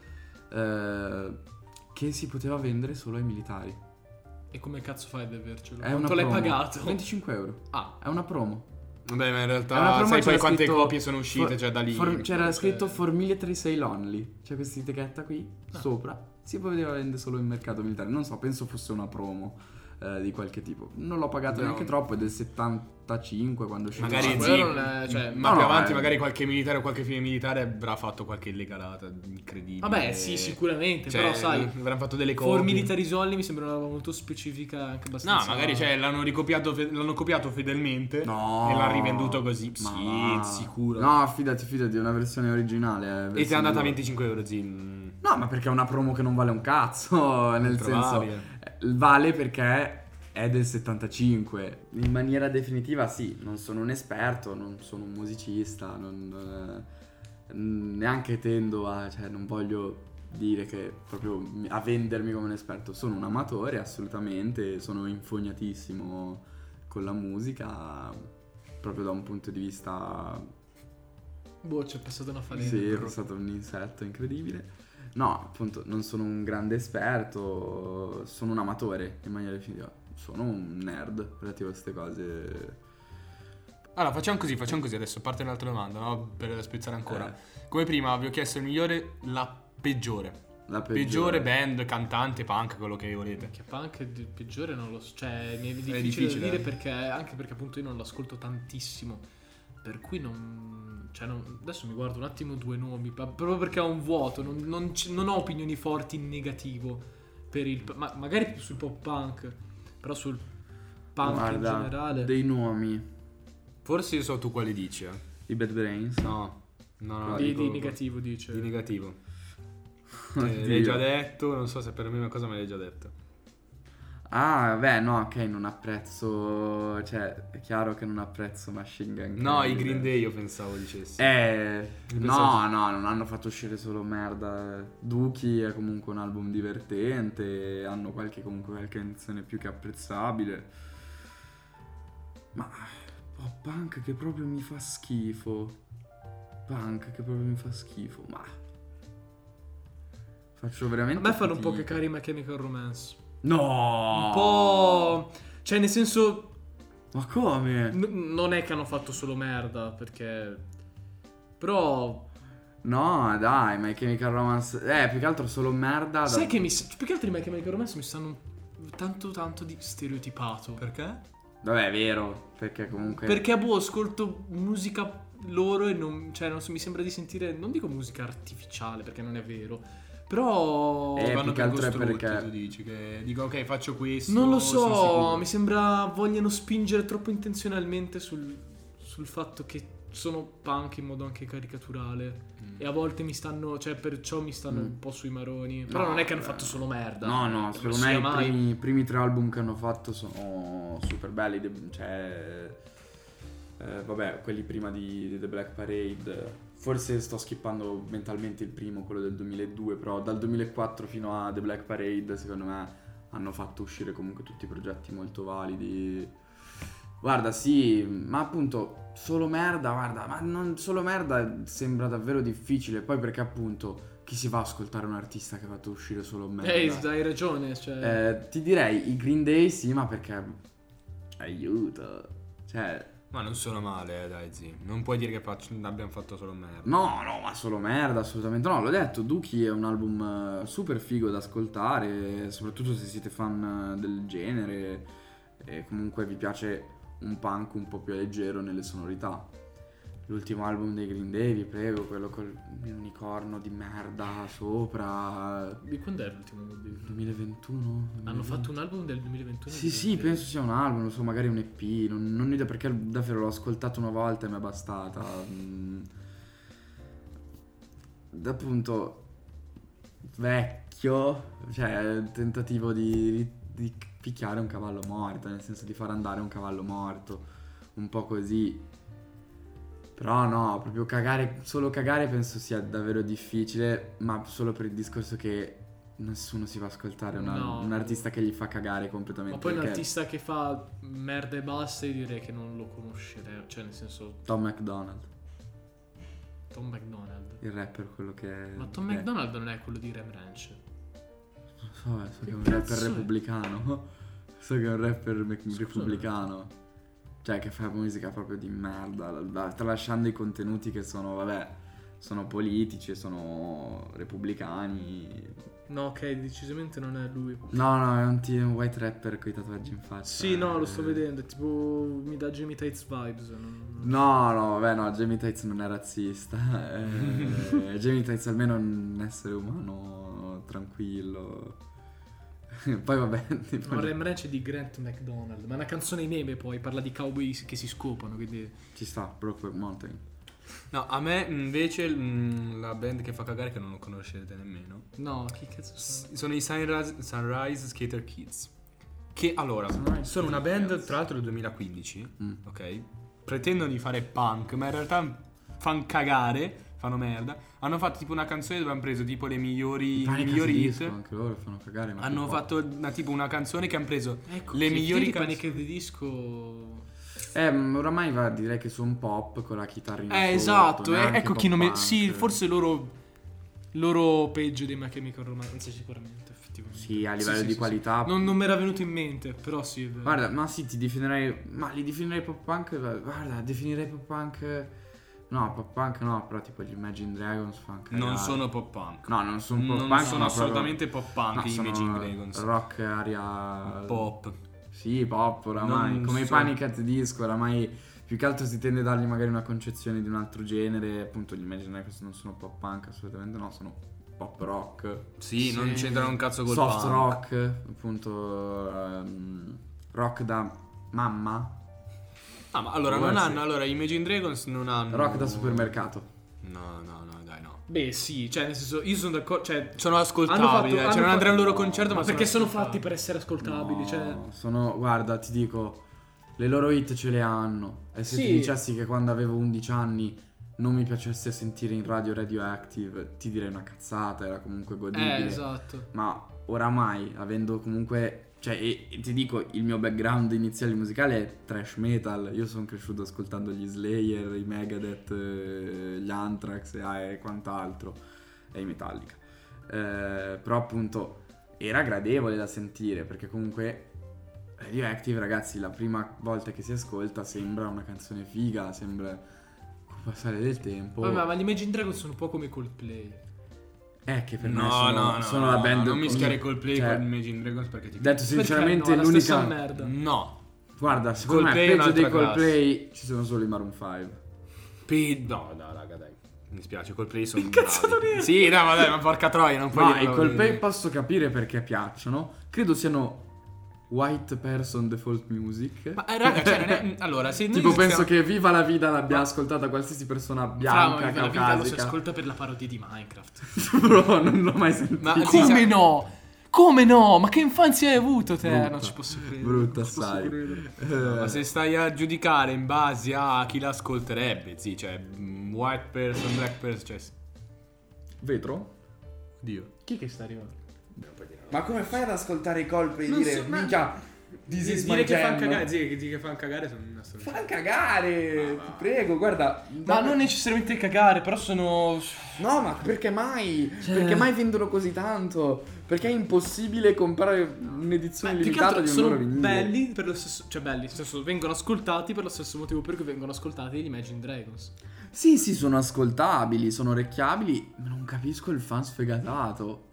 che si poteva vendere solo ai militari. E come cazzo fai ad avercelo? È una Quanto l'hai promo. pagato? 25 euro. Ah, È una promo. Vabbè, ma in È una realtà promo, sai c'era poi quante scritto copie sono uscite, cioè da lì. c'era scritto For Military Sale Only. C'è questa etichetta qui Ah. sopra. Si poteva vendere solo in mercato militare. Non so, penso fosse una promo di qualche tipo. Non l'ho pagato No. neanche troppo, è del 75 quando è uscito. Magari quello sì, non è- cioè, ma no, più no, avanti è- magari qualche militare o qualche fine militare avrà fatto qualche illegalata incredibile. vabbè, sì, sicuramente, Cioè, però sai, avranno fatto delle copie. For Military Soldi mi sembra una roba molto specifica, anche No, abbastanza... magari l'hanno copiato fedelmente No. e l'hanno rivenduto così. Ma Sì, va. sicuro. No, fidati, è una versione originale. E ti è versione andata a loro. 25 euro, sì. No, ma perché è una promo che non vale un cazzo. Nel senso, Improbabile. vale perché è del 75. In maniera definitiva, sì, non sono un esperto, non sono un musicista, neanche tendo a, cioè, non voglio dire che proprio a vendermi come un esperto. Sono un amatore, assolutamente, sono infognatissimo con la musica, proprio da un punto di vista. Boh, c'è passata una falena. Sì, è stato un insetto incredibile. No, appunto, non sono un grande esperto, sono un amatore in maniera definitiva. Sono un nerd relativo a queste cose. Allora, facciamo così adesso, parte un'altra domanda, no? Per spezzare ancora. Eh. Come prima vi ho chiesto il migliore, la peggiore. La Peggiore band, cantante, punk, quello che volete. Che punk il peggiore non lo so, cioè mi è difficile, difficile, da dire eh. perché anche perché appunto io non lo ascolto tantissimo. Per cui adesso mi guardo un attimo due nomi, proprio perché ho un vuoto, non ho opinioni forti in negativo per magari più sul pop punk, però sul punk Guarda, in generale. dei nomi. Forse io so tu quali dici, eh. I Bad Brains. No, di dico- negativo dice. Di negativo. Oddio. L'hai già detto, non so se per me è una cosa, ma l'hai già detto. Ah, beh, no, ok, non apprezzo. Cioè, è chiaro che non apprezzo Machine Gun No, Kelly, i Green Day io pensavo dicessi. No, non hanno fatto uscire solo merda. Dookie è comunque un album divertente. Hanno qualche canzone più che apprezzabile. Ma pop punk che proprio mi fa schifo. Ma faccio A veramente me fanno un po' che fatica. cari My Chemical Romance. No! Un po', cioè nel senso Ma come? non è che hanno fatto solo merda, perché però No, dai, My Chemical Romance. Più che altro solo merda. sai che più che altro i My Chemical Romance mi stanno tanto di stereotipato. Perché? Vabbè, è vero, perché comunque. Perché ascolto musica loro e non, cioè non so, mi sembra di sentire, non dico musica artificiale perché non è vero, però più che altro è costrutti, perché- tu dici che dico ok, faccio questo. non lo sono so, sicuro. mi sembra vogliono spingere troppo intenzionalmente sul fatto che sono punk in modo anche caricaturale. E a volte mi stanno, cioè perciò mi stanno un po' sui maroni. Però No, non è che hanno beh. fatto solo merda. No, Non secondo sia me mai. i primi 3 album che hanno fatto sono super belli. Vabbè, quelli prima di The Black Parade. Forse sto skippando mentalmente il primo, quello del 2002, però dal 2004 fino a The Black Parade, secondo me, hanno fatto uscire comunque tutti i progetti molto validi. Guarda, sì, ma appunto, solo merda, guarda, ma non solo merda sembra davvero difficile. Poi perché appunto, chi si va a ascoltare un artista che ha fatto uscire solo merda? Hai ragione, cioè. Ti direi i Green Day sì, ma perché aiuto. Cioè, Ma non sono male, dai, zi. Non puoi dire che abbiamo fatto solo merda. no, ma solo merda, assolutamente no. L'ho detto, Dookie è un album super figo da ascoltare, soprattutto se siete fan del genere. e comunque vi piace un punk un po' più leggero nelle sonorità. L'ultimo album dei Green Day, vi prego, quello col unicorno di merda sopra. Di quando è l'ultimo? 2021? Hanno fatto un album del 2021? Sì, penso sia un album, non so, magari un EP, non ho idea, perché davvero l'ho ascoltato una volta e mi è bastata. Appunto, vecchio, cioè tentativo di picchiare un cavallo morto, nel senso di far andare un cavallo morto, un po' così. Però no, proprio solo cagare penso sia davvero difficile, ma solo per il discorso che nessuno si va a ascoltare un artista che gli fa cagare completamente. Ma poi un artista che fa merda e basta, io direi che non lo conoscerei, cioè nel senso... Tom McDonald, il rapper, quello che è... Ma Tom McDonald non è quello di Ram Ranch? Non so che è un rapper repubblicano. So che è un rapper repubblicano. Cioè che fa musica proprio di merda, tralasciando i contenuti che sono, vabbè, sono politici e sono repubblicani. No, ok, decisamente non è lui. No, è un white rapper con i tatuaggi in faccia. Sì, no, lo sto vedendo, tipo mi dà Jamie Tights vibes. No, vabbè, no, Jamie Tights non è razzista. Jamie Tights almeno è un essere umano tranquillo. Poi vabbè, tipo... No, Ram Ranch è di Grant McDonald, ma è una canzone meme, poi parla di cowboy che si scopano, quindi... Ci sta, Brokeback Mountain. No, a me invece la band che fa cagare, che non lo conoscete nemmeno. No, chi cazzo sono? Sono i Sunrise Skater Kids. Che allora, sono una band tra l'altro del 2015, ok? Pretendono di fare punk, ma in realtà fanno cagare, fanno merda. Hanno fatto tipo una canzone dove hanno preso tipo i migliori hit. Anche loro fanno cagare. Ma hanno fatto tipo una canzone che hanno preso le migliori canzoni. Panic! Di Disco. Oramai direi che sono pop con la chitarrina. Esatto, ecco chi non mi... Sì, forse loro peggio dei My Chemical Romance sicuramente, effettivamente. Sì, a livello di qualità. Non mi era venuto in mente, però sì. Guarda, ma sì, li definirei pop punk. Guarda, definirei pop punk. No, pop punk no, però tipo gli Imagine Dragons fan cagare. Non sono pop punk. No, non sono pop punk. Non sono assolutamente pop punk gli sono Imagine Dragons. Rock, aria... Pop. Sì, pop oramai. Come i Panic! At the Disco, oramai più che altro si tende a dargli magari una concezione di un altro genere. Appunto gli Imagine Dragons non sono pop punk assolutamente, no, sono pop rock. Sì, non c'entrano un cazzo col soft punk. Rock, appunto rock da mamma. Ah, ma allora non hanno, allora i Imagine Dragons non hanno rock da supermercato. No, dai, no. Beh, sì, cioè nel senso io sono d'accordo, cioè sono ascoltabili, cioè non andrei al loro concerto, ma perché sono fatti per essere ascoltabili, cioè guarda, ti dico, le loro hit ce le hanno. E se ti dicessi che quando avevo 11 anni non mi piacesse sentire in radio Radioactive, ti direi una cazzata, era comunque godibile. Esatto. Ma oramai, avendo comunque... Cioè, e ti dico, il mio background iniziale musicale è thrash metal. Io sono cresciuto ascoltando gli Slayer, i Megadeth, gli Anthrax e quant'altro, e i Metallica. Però appunto era gradevole da sentire, perché comunque Radioactive, ragazzi, la prima volta che si ascolta sembra una canzone figa, sembra passare del tempo. Vabbè, ma gli Imagine Dragons sono un po' come Coldplay. Che per me sono la band. Non mischiare Coldplay con Imagine Dragons perché ti... Detto sinceramente, no, l'unica merda. No. Guarda, secondo me peggio dei Coldplay ci sono solo i Maroon 5. No, raga, dai. Mi spiace, Coldplay sono bravi. Sì, no, ma dai, ma porca troia, non puoi dirlo. Ma i Coldplay posso capire perché piacciono. Credo siano white person default music. Ma raga, cioè, allora, se tipo penso che Viva la Vida l'abbia ascoltata qualsiasi persona bianca, Viva la Vida lo si caucasica. ascolta per la parodia di Minecraft. Bro, non l'ho mai sentito. Ma come no? Come no? Ma che infanzia hai avuto te? Brutta, non ci posso credere. Brutta assai. Ma se stai a giudicare in base a chi l'ascolterebbe, sì, cioè white person, black person, cioè... Vetro? Dio. Chi che sta arrivando? Ma come fai ad ascoltare i colpi e dire minchia dire che fanno cagare, che fanno cagare sono una storia. Fanno cagare, ti prego, guarda. Ma non necessariamente cagare, però sono... No, ma perché mai? Perché mai vendono così tanto? Perché è impossibile comprare un'edizione limitata di un loro vinile. Belli per lo stesso, cioè belli, nel senso vengono ascoltati per lo stesso motivo per cui vengono ascoltati gli Imagine Dragons. Sì, sono ascoltabili, sono orecchiabili, ma non capisco il fan sfegatato.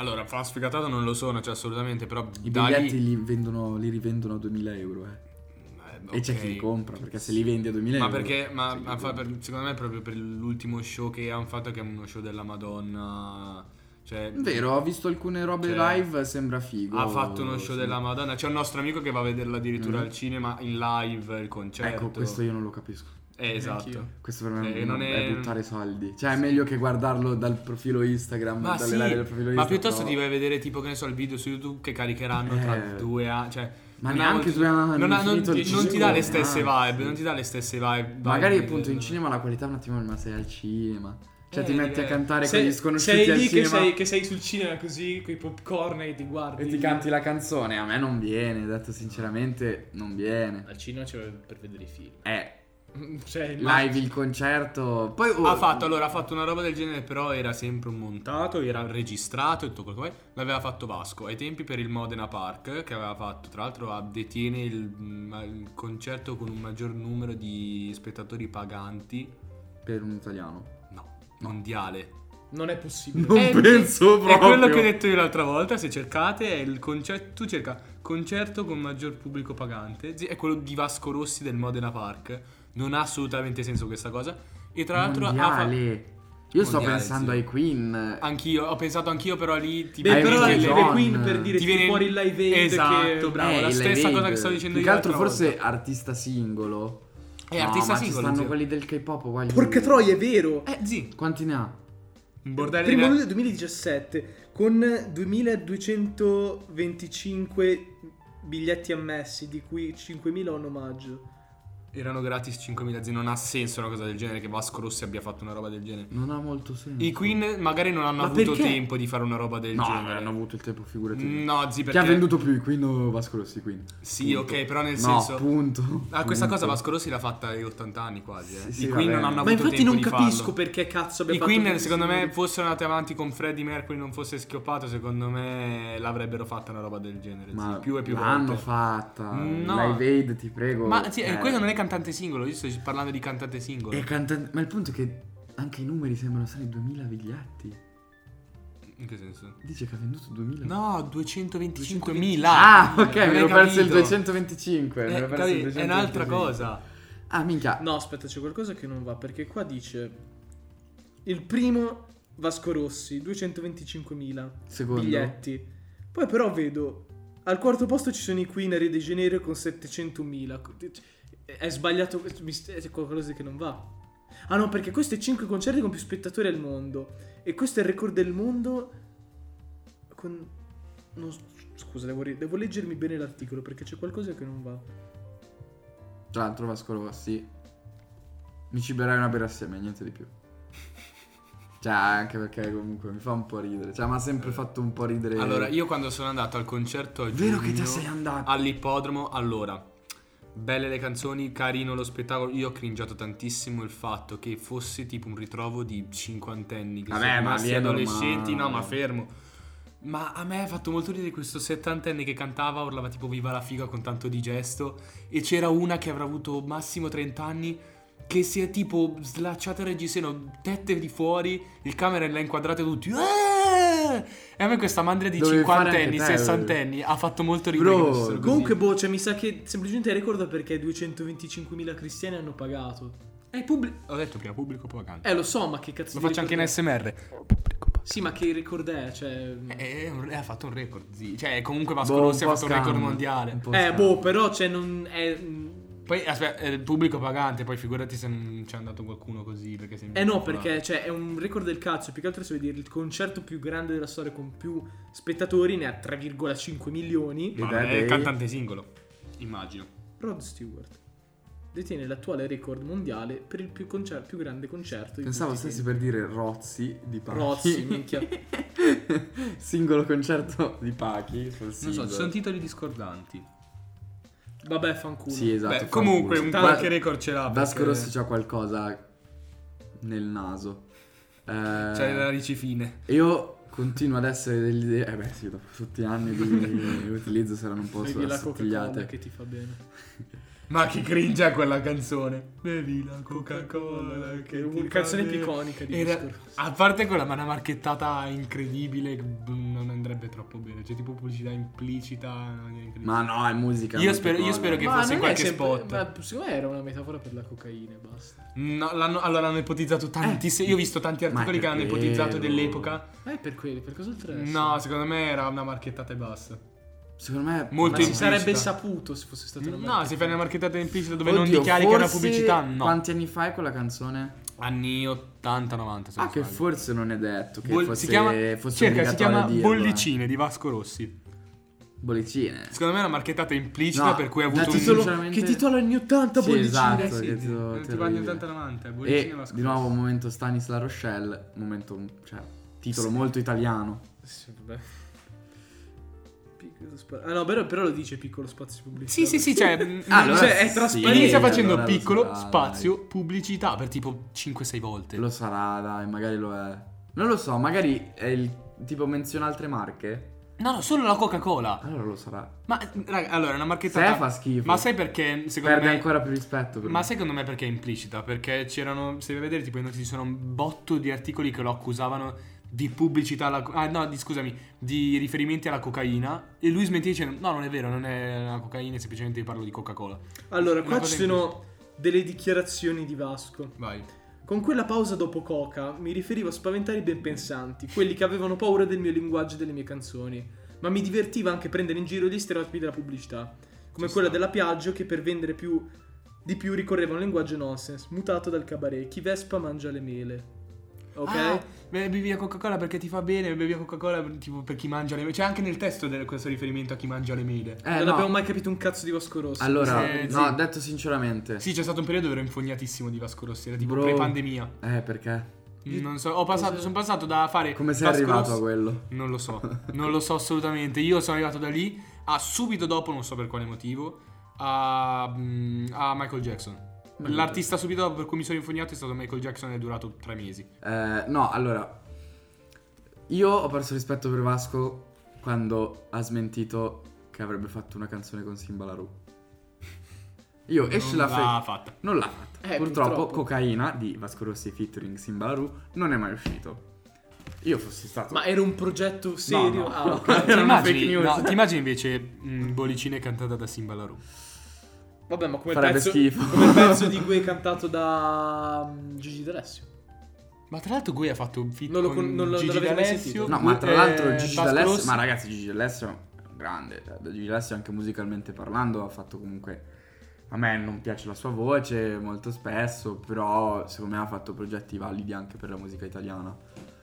Allora, fa sfigatato non lo sono, cioè assolutamente, però I da biglietti lì... li rivendono a 2.000 euro, E c'è chi li ok. compra, perché se li vendi a 2.000 Ma euro... perché, c'è chi li compra. secondo me proprio per l'ultimo show che hanno fatto, che è uno show della Madonna, cioè... Vero, ho visto alcune robe Cioè, live, sembra figo. Ha fatto uno show sì. della Madonna, c'è un nostro amico che va a vederlo addirittura al cinema, in live, il concerto. Ecco, questo io non lo capisco. Esatto. Neanch'io. Questo per me non è buttare soldi. Cioè, è meglio che guardarlo dal profilo Instagram, Ma dalle sì, live del profilo ma Instagram. piuttosto però- ti vai a vedere tipo, che ne so, il video su YouTube che caricheranno tra 2 anni, cioè... Ma non neanche ha- 2 anni, non, ha- non finito ti, il non ti dà le cinema, stesse anzi. vibe, non ti dà le stesse vibe. Magari vibe appunto in del- cinema la qualità è un attimo, ma sei al cinema. Cioè ti Eh, metti a cantare con Sei- gli sconosciuti sei al lì che cinema sei sul cinema così, con i popcorn e ti guardi. e ti canti la canzone. A me non viene, detto sinceramente, non viene. Al cinema c'è per vedere i film. Cioè, Cioè, live il concerto. Poi Ha fatto una roba del genere, però era sempre un montato, era registrato e tutto quello che vuoi. L'aveva fatto Vasco ai tempi per il Modena Park, che aveva fatto, tra l'altro detiene il concerto con un maggior numero di spettatori paganti. per un italiano. No, mondiale. non è possibile. Non penso proprio. È quello che ho detto io l'altra volta, se cercate, è il concerto, tu cerca concerto con maggior pubblico pagante, è quello di Vasco Rossi del Modena Park. Non ha assolutamente senso questa cosa. E tra l'altro Mondiale. Io sto Mondiale, pensando sì. ai Queen. Anch'io, ho pensato anch'io, però lì ti Beh, Hai però visto le John? Queen per dire ti ti viene fuori il live aid esatto, che... bravo, la il stessa Live cosa Aid. che stavo dicendo Più io che altro l'altra forse volta. artista singolo. È artista ma singolo, ci stanno zio. quelli del K-pop qua. Porca troia, è vero. Zì, Quanti ne ha? un bordello Primo di luglio 2017 con 2225 biglietti ammessi, di cui 5.000 a un omaggio. erano gratis 5.000, zì, non ha senso una cosa del genere, che Vasco Rossi abbia fatto una roba del genere. Non ha molto senso. I Queen magari non hanno Ma avuto perché? tempo di fare una roba del No, genere. hanno avuto il tempo, figurati. No, zì, Chi perché ha venduto più, i Queen o Vasco Rossi? Queen? Sì, Punto. ok, però nel No, senso punto. questa cosa Punto. Vasco Rossi l'ha fatta agli 80 anni quasi, Sì, I sì, Queen vabbè. non hanno Ma avuto infatti tempo non di capisco farlo. perché cazzo abbia I fatto Queen, questi secondo me, singoli. fossero andati avanti con Freddie Mercury, non fosse schioppato, secondo me l'avrebbero fatta una roba del genere, Ma zì, più e più l'hanno volte. fatta. No. Live Aid, ti prego. Ma sì, quello non è cantante singolo, io sto parlando di cantante singolo. Ma il punto è che anche i numeri sembrano stare 2.000 biglietti. In che senso? Dice che ha venduto 2.000. No, 225.000. Ah, ok, Non mi hai ero perso il capito? 225. mi ero perso il È un'altra 225. cosa. Ah, minchia. No, aspetta, c'è qualcosa che non va, perché qua dice il primo Vasco Rossi 225.000 Secondo. biglietti. Poi però vedo al quarto posto ci sono i Queen a Rio de Janeiro con 700.000. È sbagliato, c'è qualcosa che non va. Ah no, perché questo è 5 concerti con più spettatori al mondo. E questo è il record del mondo con... Scusa, devo leggermi bene l'articolo perché c'è qualcosa che non va. Tra l'altro Vasco Rossi. Mi ciberai una birra assieme, niente di più. Cioè, anche perché comunque mi fa un po' ridere. Cioè, mi ha sempre fatto un po' ridere. Allora, io quando sono andato al concerto a Vero che giugno, te sei andato. all'ippodromo, allora, belle le canzoni, carino lo spettacolo. Io ho cringiato tantissimo il fatto che fosse tipo un ritrovo di cinquantenni che Vabbè, sono ma rimasti lì è adolescenti. normale. No, ma fermo. Ma a me ha fatto molto ridere questo settantenne che cantava, urlava tipo viva la figa con tanto di gesto. E c'era una che avrà avuto massimo 30 anni che si è tipo slacciata il reggiseno, tette di fuori, il camera l'ha inquadrato tutti. E a me questa mandria di Dovevi fare cinquantenni, anche te, sessantenni ha fatto molto ridere. Bro, che fossero così. Comunque, boh, cioè mi sa che semplicemente ricordo perché 225.000 cristiani hanno pagato. Ho detto prima, pubblico pagante. Lo so, ma che cazzo Lo di faccio anche in record è? SMR. Pubblico pagante. Sì, ma che record è? Cioè... Ha fatto un record, sì. Cioè, comunque Vasco Boh, Rossi ha un po' fatto un record scam, mondiale. un po' boh, scam. però, cioè, non è... Poi, aspetta, è il pubblico pagante, poi figurati se non c'è andato qualcuno così, perché sei no, perché, cioè, è un record del cazzo. Più che altro se vuoi dire il concerto più grande della storia con più spettatori, ne ha 3,5 milioni. Ma Ed non è è il dei- cantante singolo, immagino. Rod Stewart detiene l'attuale record mondiale per il più grande concerto di Pensavo tutti i stessi tempi. per dire Rozzi di Pachi. Rozzi, minchia. Singolo concerto di Pachi sul Non sito. so, ci sono titoli discordanti. Vabbè, fanculo. Sì, esatto. Beh, comunque, un Tanto- qualche record ce l'ha. Vasco perché Rossi c'ha qualcosa nel naso. c'ha le narici fine. Io continuo ad essere dell'idea. Beh, sì, dopo tutti gli anni di utilizzo saranno un po' Vedi la Coca-Cola assottigliate. che ti fa bene. Ma che cringe è quella canzone. Bevi la Coca-Cola. Che Una canzone più iconica di Discord. A parte quella, ma una marchettata incredibile. Non andrebbe troppo bene. C'è tipo pubblicità implicita. Ma no, è musica. Io spero che fosse in qualche spot. Ma secondo me era una metafora per la cocaina e basta. No, l'hanno ipotizzato tantissimi. Io ho visto tanti articoli che hanno ipotizzato dell'epoca. Ma è per quelli, per cos'altro è? No, secondo me era una marchettata e basta. Secondo me Molto Ma si implicita. sarebbe saputo se fosse stata una No, si fa una marchettata implicita dove Oddio, non dichiari che è una forse pubblicità. No. Quanti anni fa è quella canzone? Anni 80-90. se non Che sbaglio. forse non è detto che Si fosse, chiama, fosse cerca, si chiama obbligatorio dirlo, Bollicine di Vasco Rossi. Bollicine. Secondo me è una marchettata implicita No, per cui ha da avuto titolo- un sinceramente- Che titolo anni 80 Sì, bollicine. esatto, Sì. che titolo tipo anni terribile. 80-90. Bollicine E Vasco di nuovo Rossi. momento Stanis La Rochelle, momento, cioè, titolo molto italiano. Sì, vabbè. Ah no, però lo dice piccolo spazio pubblicità. Sì, cioè, Allora cioè, è sì, trasparente. Inizia facendo allora lo piccolo sarà, spazio pubblicità per tipo 5-6 volte. Lo sarà, dai, magari lo è. Non lo so, magari è il tipo menziona altre marche. No, solo la Coca-Cola. Allora lo sarà. Ma raga, allora è una marchettata. Se fa schifo. Ma sai perché secondo Perde me ancora più rispetto per Ma me. secondo me perché è implicita? Perché c'erano, se vai a vedere tipo in notizie, ci sono un botto di articoli che lo accusavano di pubblicità scusami, di riferimenti alla cocaina, e lui smentì dicendo no, non è vero, non è la cocaina, semplicemente io parlo di Coca-Cola. Allora, Una qua cosa ci sono delle dichiarazioni di Vasco. Vai. Con quella pausa dopo Coca mi riferivo a spaventare i ben pensanti, quelli che avevano paura del mio linguaggio e delle mie canzoni, ma mi divertiva anche prendere in giro gli stereotipi della pubblicità, come Ci quella sta. della Piaggio che per vendere di più ricorreva a un linguaggio nonsense, mutato dal cabaret, chi vespa mangia le mele. Ok? Bevi la Coca-Cola perché ti fa bene, bevi la Coca-Cola tipo per chi mangia le mele. C'è anche nel testo questo riferimento a chi mangia le mele. Non no. abbiamo mai capito un cazzo di Vasco Rossi. Allora, Sì, no, sì. detto sinceramente. Sì, c'è stato un periodo dove ero infognatissimo di Vasco Rossi, era tipo Bro. pre-pandemia. Perché? Non so, sono passato da fare Come sei Vasco arrivato Rossi- a quello? Non lo so, non lo so assolutamente. Io sono arrivato da lì a subito dopo, non so per quale motivo, a Michael Jackson. L'artista subito dopo per cui mi sono infognato è stato Michael Jackson ed è durato 3 mesi. No, allora. Io ho perso rispetto per Vasco quando ha smentito che avrebbe fatto una canzone con Simba La Ru. Io esce la l'ha fatta. Non l'ha fatta. Purtroppo Cocaina di Vasco Rossi featuring Simba La Ru non è mai uscito. Io fossi stato. Ma era un progetto serio? no. Ah, ok. Era una fake news. No, ti immagini invece Bollicine cantata da Simba La Ru? Vabbè, ma come il Farebbe pezzo, schifo. come il pezzo di cui è cantato da Gigi D'Alessio. Ma tra l'altro Gui ha fatto un feat Non lo- con non lo- Gigi non l'avete mai D'Alessio. sentito? No, ma tra l'altro Gigi Vasco D'Alessio. Rossi. Ma ragazzi, Gigi D'Alessio è un grande. Cioè, Gigi D'Alessio anche musicalmente parlando ha fatto comunque. A me non piace la sua voce molto spesso, però secondo me ha fatto progetti validi anche per la musica italiana.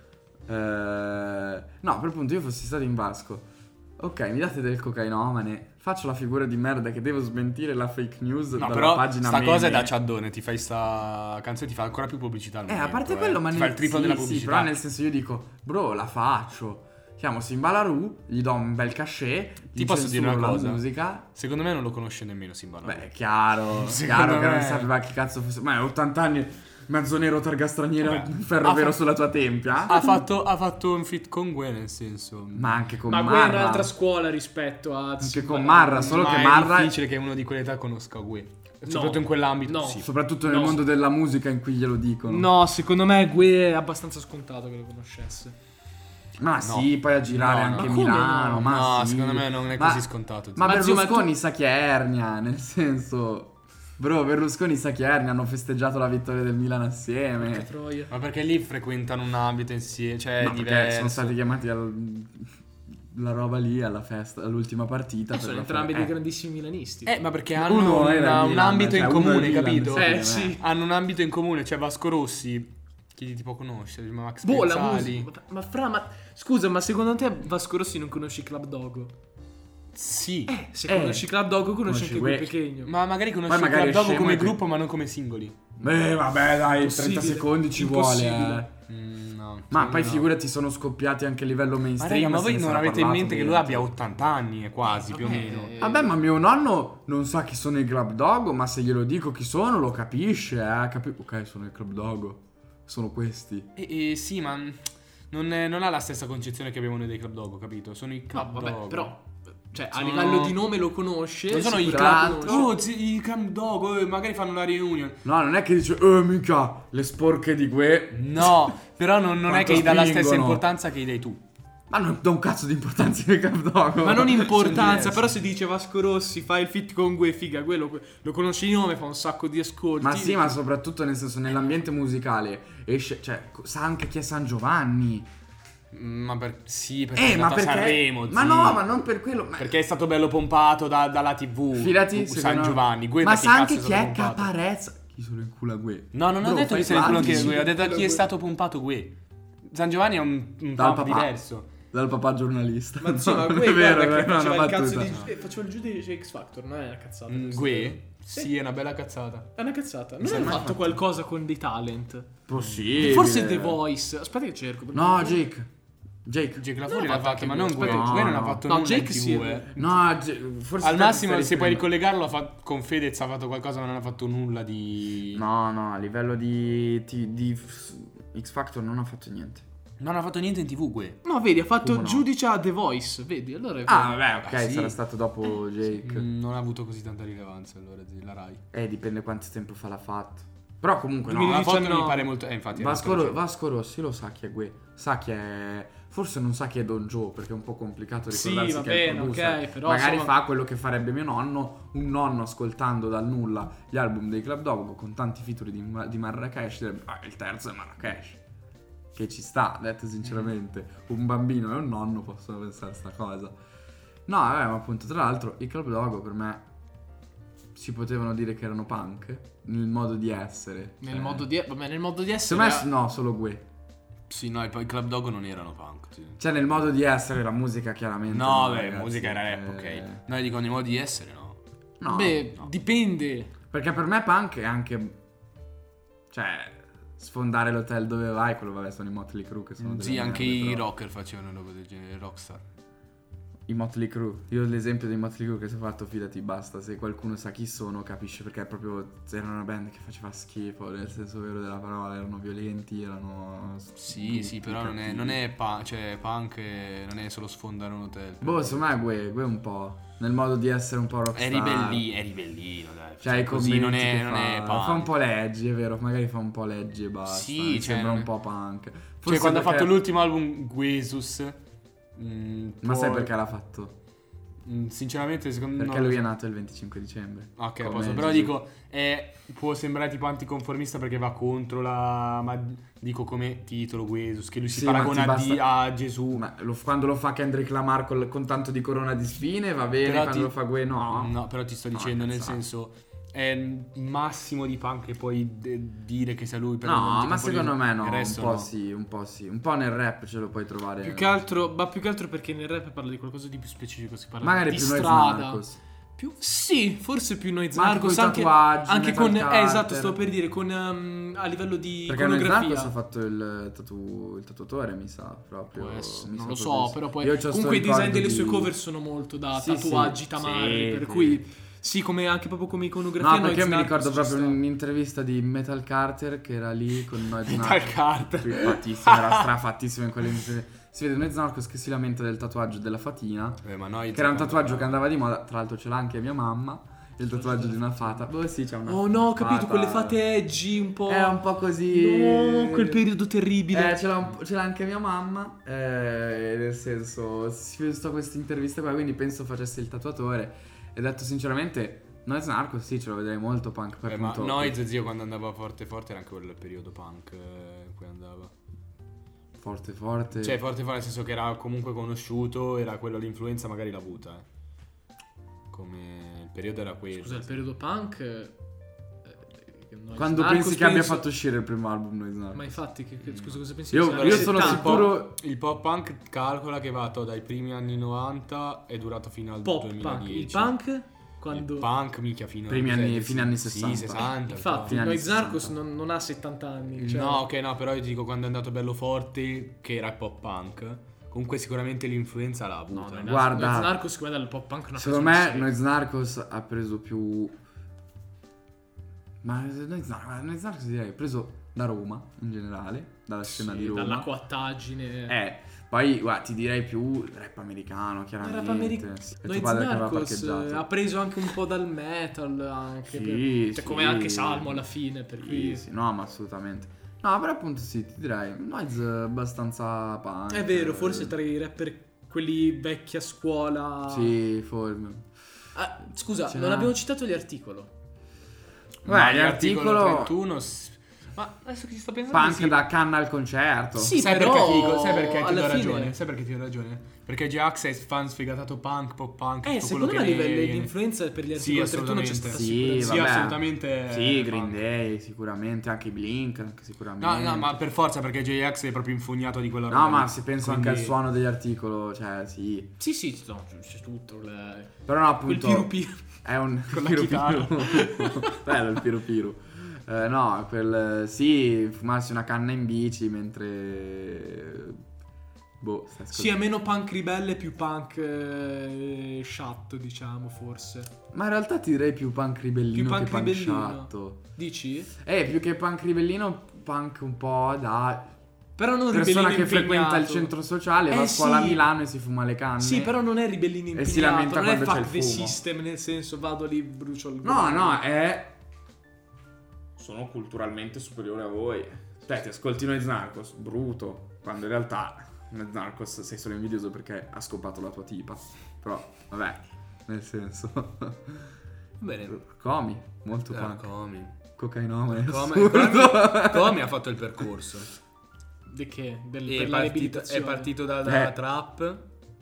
No, per appunto io fossi stato in Vasco. Ok, mi date del cocainomane, faccio la figura di merda che devo smentire la fake news No, dalla però pagina sta meme. cosa è da ciaddone, ti fai sta canzone, ti fa ancora più pubblicità al A momento, parte quello, ma ti fa il triplo della sì, pubblicità. però nel senso io dico, bro, la faccio. Chiamo Simba La Ru, gli do un bel cachet, Ti gli posso dire censuro una la cosa? musica. Secondo me non lo conosce nemmeno Simba La Ru. Beh, è chiaro, Secondo chiaro che me- non sapeva chi cazzo fosse. Ma è 80 anni, mezzo nero, targa straniera, Vabbè, ferro ha vero fa- sulla tua tempia. Ha fatto un feat con Gwen, nel senso. Ma anche con Ma quella è Marra. un'altra scuola rispetto a... Anche con Marra, solo Ma che è Marra, difficile che uno di quell'età conosca Gwen. Soprattutto in quell'ambito. No. Sì. soprattutto nel No. mondo della musica in cui glielo dicono. No, secondo me Gue è abbastanza scontato che lo conoscesse. Ma sì, poi a girare No, no. anche Ma come Milano, no? ma No, sì. secondo me non è Ma- così scontato. Ma Ma zio, ma Berlusconi tu- sa chi è Ernia, nel senso. Bro, Berlusconi sa chi è Ernia, hanno festeggiato la vittoria del Milan Che assieme. troia. Ma perché lì frequentano un ambito insieme, cioè No, è perché diverso. sono stati chiamati la roba lì alla festa, all'ultima partita. per Sono la entrambi festa. dei grandissimi milanisti. Ma perché Uno hanno era il un Milan, ambito cioè, in uno è comune, il Milan, capito? secondo me. Sì. Hanno un ambito in comune, cioè Vasco Rossi. Chi ti può conoscere? Ma Max Boh, la Pezzali. musica. Ma scusa, ma secondo te Vasco Rossi non conosci Club Dogo? Sì. Se conosci Club Dogo conosci anche Conosci Gue Pechegno. Ma magari conosci Poi magari Club Dogo scemo come e che- gruppo, ma non come singoli. Beh, vabbè, dai, 30 Impossibile. secondi ci Impossibile. vuole. No. Ma sì, poi no. figurati, sono scoppiati anche a livello Ma mainstream. raga, ma se voi ne non sarà avete in parlato mente che bene. lui abbia 80 anni, quasi, più o meno. Vabbè, ma mio nonno non sa chi sono i Club Dogo, ma se glielo dico chi sono lo capisce, ok, sono i Club Dogo. Sono questi. Sì, ma non ha la stessa concezione che abbiamo noi dei Club Dogo, capito? Sono i Club No, vabbè, Dogo. però Cioè, a livello di nome lo conosce. Non sono i i Camp Dog, magari fanno una reunion. No, non è che dice, mica, le sporche di que. No, però non è che gli dà la stessa spingono. importanza che gli dai tu. Ma non dà un cazzo di importanza nei Camp Dog. Ma non Sono importanza, diversi. però se dice Vasco Rossi, fa il feat con Gue, figa, quello lo conosci di nome, fa un sacco di ascolti. Ma sì, ma soprattutto nel senso, nell'ambiente musicale esce, cioè, sa anche chi è San Giovanni. Ma sì, perché è Ma andato a perché? Sanremo, Ma zii. no, ma non per quello. Perché è stato bello pompato dalla TV. Fidati, San Giovanni. Gue ma da chi sa cazzo anche è chi stato è pompato? Caparezza. Chi se lo incula Gue? No, non ho detto fai che sei il culo anche plagio. Gue, ho detto a chi è stato pompato Gue. San Giovanni è un Dal pump papà. diverso. Dal papà giornalista. Ma sì, ma Non Gue è vero, guarda che non è faceva una il cazzo battuta. di faceva il giudice X Factor, non è una cazzata. Gue? Sì, è una bella cazzata. È una cazzata. Non sai hai mai fatto qualcosa con dei talent? Possibile. Forse The Voice. Aspetta che cerco. perché- No, Jake. Jake La Fuori No, l'ha fatto fatto, anche ma Gue, non Gue. aspetta. Gue non ha No. fatto No, nulla Jake in sì. TV, No, forse Al te massimo, stai se puoi riferendo. ricollegarlo, con Fedez ha fatto qualcosa, ma non ha fatto nulla di... No, a livello di X Factor non ha fatto niente. Non ha fatto niente in TV, Gue. No, vedi, ha fatto Come no? giudice a The Voice. Vedi, allora è Ah, vabbè, ok, sì. sarà stato dopo Jake. Non ha avuto così tanta rilevanza, allora, la Rai. Dipende quanto tempo fa l'ha fatto. Però comunque no. No, la foto 2019. mi pare molto... infatti... era Vasco Rossi lo sa chi è Gue. Sa chi è... Forse non sa chi è Don Joe, perché è un po' complicato Sì, ricordarsi va chi è il bene, producer. ok, però, magari insomma- fa quello che farebbe mio nonno, un nonno ascoltando dal nulla gli album dei Club Dog con tanti feature di Marrakesh, direbbe, il terzo è Marrakesh. Che ci sta, detto sinceramente. Un bambino e un nonno possono pensare a sta cosa. No, ma appunto, tra l'altro, i Club Dog per me si potevano dire che erano punk nel modo di essere. Nel modo di essere. Secondo me no, solo Gue. Sì, no, i Club Dog non erano punk. Sì. Cioè nel modo di essere la musica chiaramente. No, beh, ragazzi, musica era rap, ok. No, dico nei modi di essere, no. No, Beh, no. dipende. perché per me punk è anche, cioè, sfondare l'hotel dove vai, quello vabbè sono i Motley Crue che sono delle Sì, anche merde, i però. rocker facevano roba del genere, rockstar. I Motley Crue. Io l'esempio dei Motley Crue che si è fatto, fidati, basta. Se qualcuno sa chi sono, capisce perché proprio era una band che faceva schifo, nel senso vero della parola, erano violenti, erano... Sì, brutti, sì, però cattivi. non è cioè punk non è solo sfondare un hotel. Boh, secondo me Gue un po', nel modo di essere un po' rockstar. È ribellino, dai. Cioè, i così non commenti è, che non è fa. punk. Fa un po' leggi, è vero, magari fa un po' leggi e basta. Sì, Mi cioè, sembra non un è- po' punk. Cioè, Forse quando ha perché- fatto l'ultimo album, Guesus. Ma sai perché l'ha fatto? Sinceramente, secondo me. Perché lui è nato il 25 dicembre. Ok, a Come posto. Però Gesù. dico, può sembrare tipo anticonformista perché va contro la. Ma dico come titolo Guesus, che lui si Sì, ma paragona ti basta- a Gesù. Ma quando lo fa Kendrick Lamar con tanto di corona di spine va bene, Però quando lo fa Gue no. No, però ti sto No, dicendo, nel cazzate. senso, è il massimo di punk che puoi dire che sia lui. Per No, il ma secondo me no, il resto un po' no. sì, un po' sì. Un po' nel rap ce lo puoi trovare. Più che altro perché nel rap parla di qualcosa di più specifico, si parla Magari di più Noise strada. Narcos. Sì, forse più Noise Ma anche Narcos, coi anche tatuaggi, con Metal Carter. esatto, stavo per dire con a livello di Perché Noise iconografia. Narcos ha fatto il tatuatore, mi sa, proprio. Può essere, mi non sa lo proprio so, sì. però poi Io c'ho comunque i sto design ricordo delle sue di- cover sono molto da Sì, tatuaggi sì, tamarri, sì, per sì. cui sì, come anche proprio come iconografia. No, perché io Noise mi ricordo Narcos ci proprio sta. un'intervista di Metal Carter che era lì con Noise Metal Narcos. Carter. Fattissimo, era strafattissimo in quelle interviste. Si vede Noise Narcos che si lamenta del tatuaggio della fatina, Ma noi che era un tatuaggio che andava di moda, tra l'altro ce l'ha anche mia mamma, il tatuaggio di una fata. Boh, sì, c'è una Oh no, ho capito, fata. quelle fate edgy un po'. È un po' così. No, quel periodo terribile. Ce l'ha anche mia mamma. Nel senso, si è visto questa intervista qua, quindi penso facesse il tatuatore. E detto sinceramente, Noise Narcos sì, ce lo vedrei molto punk. Per ma appunto- Noise, zio, quando andava forte forte era anche quel periodo punk in cui andava. Forte, forte. Cioè, forte forte nel senso che era comunque conosciuto, era quello l'influenza, magari l'ha avuta. Come il periodo era quello. Scusa, il periodo punk Noise Quando Narcos pensi che abbia penso- fatto uscire il primo album Noise Narcos? Ma infatti, scusa, cosa pensi? Io- che sia? io Nel sono 70? sicuro- Il pop punk calcola che va dai primi anni 90 è durato fino al Pop 2010. punk. Il punk quando Il punk minchia fino Primi anni- fine anni Sì, 60. 60. infatti fine anni Noise Narcos 60. non ha 70 anni, cioè- No, ok, no, però io ti dico quando è andato bello forte che era il pop punk. Comunque sicuramente l'influenza l'ha No, avuta. Guarda, Noise Narcos guarda il pop punk non ha secondo preso me un Noise Narcos ha preso più. Ma Noise Narcos direi ha preso da Roma in generale, dalla scena di Roma. dall'acquattaggine. Poi guarda, ti direi più rap americano, chiaramente. Rap americano. E tuo Noise padre che aveva Narcos parcheggiato. ha preso anche un po' dal metal anche, Sì, cioè sì. come anche Salmo alla fine, per Sì, cui sì, no, ma assolutamente. No, però appunto sì, ti direi Noise abbastanza punk. è vero, forse tra i rapper quelli vecchia scuola. Sì, forse. Ah, scusa, C'è- non abbiamo citato gli articoli. Beh, l'articolo l'articolo 31 ma adesso che ci sto pensando punk sì. da canna al concerto. Sì, Sai però perché ti dico? Sai perché ti alla do fine- ragione? Sai perché ti do ragione? Perché J-Ax è fan sfegatato punk, pop punk, tutto Secondo me quello a che livello viene. di influenza per gli Sì, articoli 31 c'è stata Sì, sicuramente. Sì, vabbè. assolutamente Sì, Green punk. Day sicuramente, anche i Blink sicuramente. No, ma per forza perché J-Ax è proprio infugnato di quella roba. No, ma lì. se penso Quindi- anche al suono degli articoli, cioè sì. Sì, no, c'è tutto. Però no, Quel appunto piru. è un Con la piru chitarra. bello il piru. No, sì, fumarsi una canna in bici mentre stai ascoltando. Sì, è meno punk ribelle, più punk sciatto, diciamo, forse. Ma in realtà ti direi più punk ribellino Più punk che punk ribellino. sciatto. Dici? Più che punk ribellino, punk un po' da Però non persona ribellino che frequenta il impegnato. centro sociale, va a sì. scuola a Milano e si fuma le canne. Sì, però non è ribellino impegnato. si lamenta non è quando c'è fuck il the fumo. system, nel senso vado lì, brucio il No, è sono culturalmente superiore a voi. Cioè, ti ascolti Noise Narcos, bruto, quando in realtà Noise Narcos sei solo invidioso perché ha scopato la tua tipa. Però, vabbè, nel senso. Bene. Comi, molto punk. Comi. Cocainomane. Comi ha fatto il percorso. Di che? È Per la riabilitazione. è partito da trap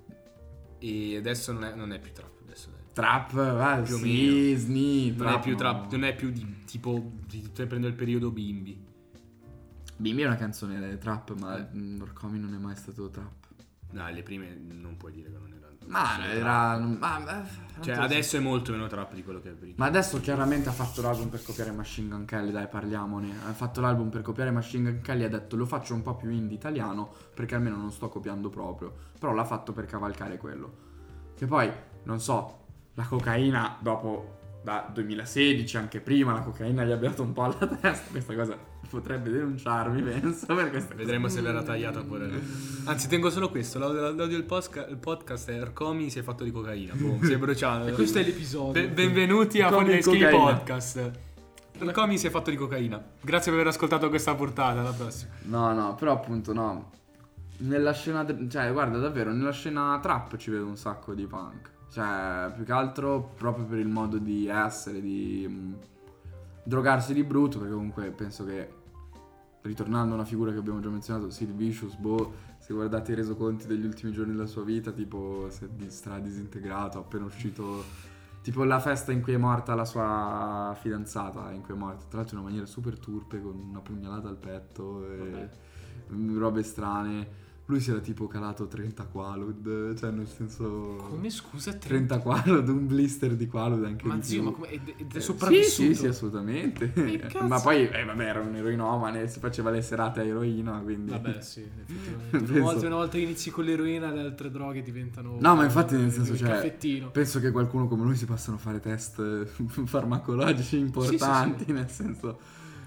e adesso non è più trap. Adesso Trap, Più o sì, meno. sni, non è più trap, non è più tipo prendo il periodo bimbi. Bimbi è una canzone trap, ma Comi non è mai stato trap. No, le prime non puoi dire che non erano. Ma era... Cioè, adesso è molto meno trap di quello che è prima. Ma adesso chiaramente ha fatto l'album per copiare Machine Gun Kelly, dai, parliamone. Ha fatto l'album per copiare Machine Gun Kelly e ha detto lo faccio un po' più indie italiano perché almeno non sto copiando proprio. Però l'ha fatto per cavalcare quello. Che poi, non so, la cocaina dopo da 2016, anche prima, la cocaina gli ha bevuto un po' alla testa. Questa cosa potrebbe denunciarmi, penso, per questa Vedremo se verrà tagliata oppure no. Anzi, tengo solo questo. L'audio del podcast è Ercomi si è fatto di cocaina. Boom, si è bruciato. E questo è l'episodio. Benvenuti a Ercomi Fuori dai Schini cocaina. Podcast. Ercomi si è fatto di cocaina. Grazie per aver ascoltato questa portata. Alla prossima. No, però appunto no. Nella scena, cioè guarda davvero, nella scena trap ci vedo un sacco di punk. Cioè, più che altro proprio per il modo di essere, di drogarsi di brutto, perché comunque penso che, ritornando a una figura che abbiamo già menzionato, Sid Vicious, se guardate i resoconti degli ultimi giorni della sua vita, tipo si è disintegrato, appena uscito, tipo la festa in cui è morta la sua fidanzata, in cui è morta, tra l'altro in una maniera super turpe, con una pugnalata al petto e robe strane. Lui si era tipo calato 30 Qualud, cioè nel senso... Come scusa? 30 Qualud, un blister di Qualud anche Ma di zio, più. ma come ed è sopravvissuto? Sì, assolutamente. Che cazzo? Ma poi, vabbè, era un eroinomane, si faceva le serate a eroina, quindi... Vabbè, sì, effettivamente. Penso- Una volta che inizi con l'eroina, le altre droghe diventano... No, ma infatti nel senso, il cioè, caffettino. penso che qualcuno come lui si possano fare test farmacologici importanti, Sì. nel senso...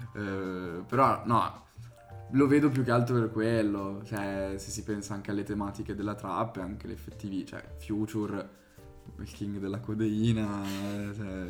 però, no, lo vedo più che altro per quello, cioè, se si pensa anche alle tematiche della trap e anche le effettivi, cioè, Future, il king della codeina, cioè,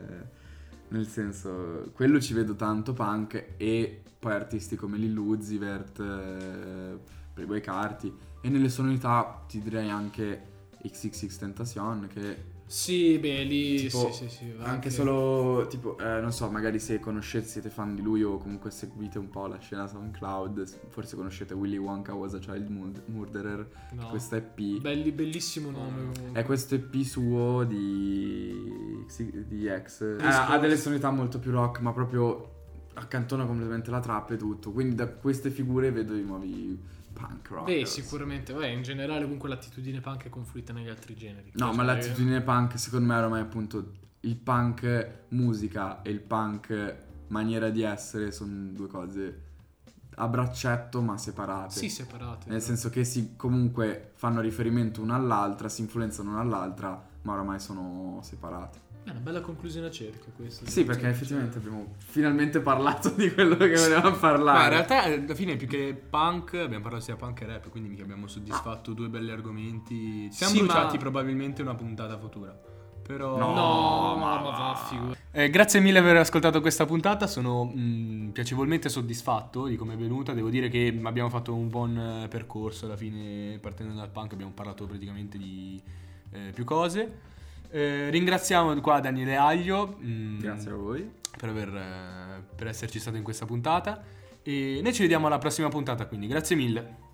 nel senso, quello ci vedo tanto punk, e poi artisti come Lil Uzi Vert, Playboy Carti, e nelle sonorità ti direi anche XXXTentacion, che Sì, beh, lì... tipo, sì. anche solo tipo non so, magari se conoscete, siete fan di lui o comunque seguite un po' la scena SoundCloud, forse conoscete Willy Wonka Was a Child Murderer, No. questa EP. Bellissimo nome comunque. È questo EP suo di X. Ha delle sonorità molto più rock, ma proprio accantona completamente la trap e tutto. Quindi da queste figure vedo i nuovi punk rock. Beh, sicuramente. Beh, in generale comunque l'attitudine punk è confluita negli altri generi. No, ma l'attitudine punk secondo me ormai appunto il punk musica e il punk maniera di essere sono due cose a braccetto ma separate. Sì, separate. Nel senso che si comunque fanno riferimento una all'altra, si influenzano una all'altra, ma oramai sono separate. È una bella conclusione a cerchio questa. Sì, perché effettivamente abbiamo finalmente parlato di quello che volevamo parlare. Ma in realtà alla fine più che punk abbiamo parlato sia punk che rap, quindi mica abbiamo soddisfatto due belli argomenti. Siamo Sì, bruciati ma- probabilmente una puntata futura. Però No, ma va, figo. grazie mille per aver ascoltato questa puntata, sono piacevolmente soddisfatto di come è venuta, devo dire che abbiamo fatto un buon percorso alla fine, partendo dal punk abbiamo parlato praticamente di più cose. Ringraziamo qua Daniele Aglio Grazie a voi. per esserci stato in questa puntata e noi ci vediamo alla prossima puntata, quindi grazie mille.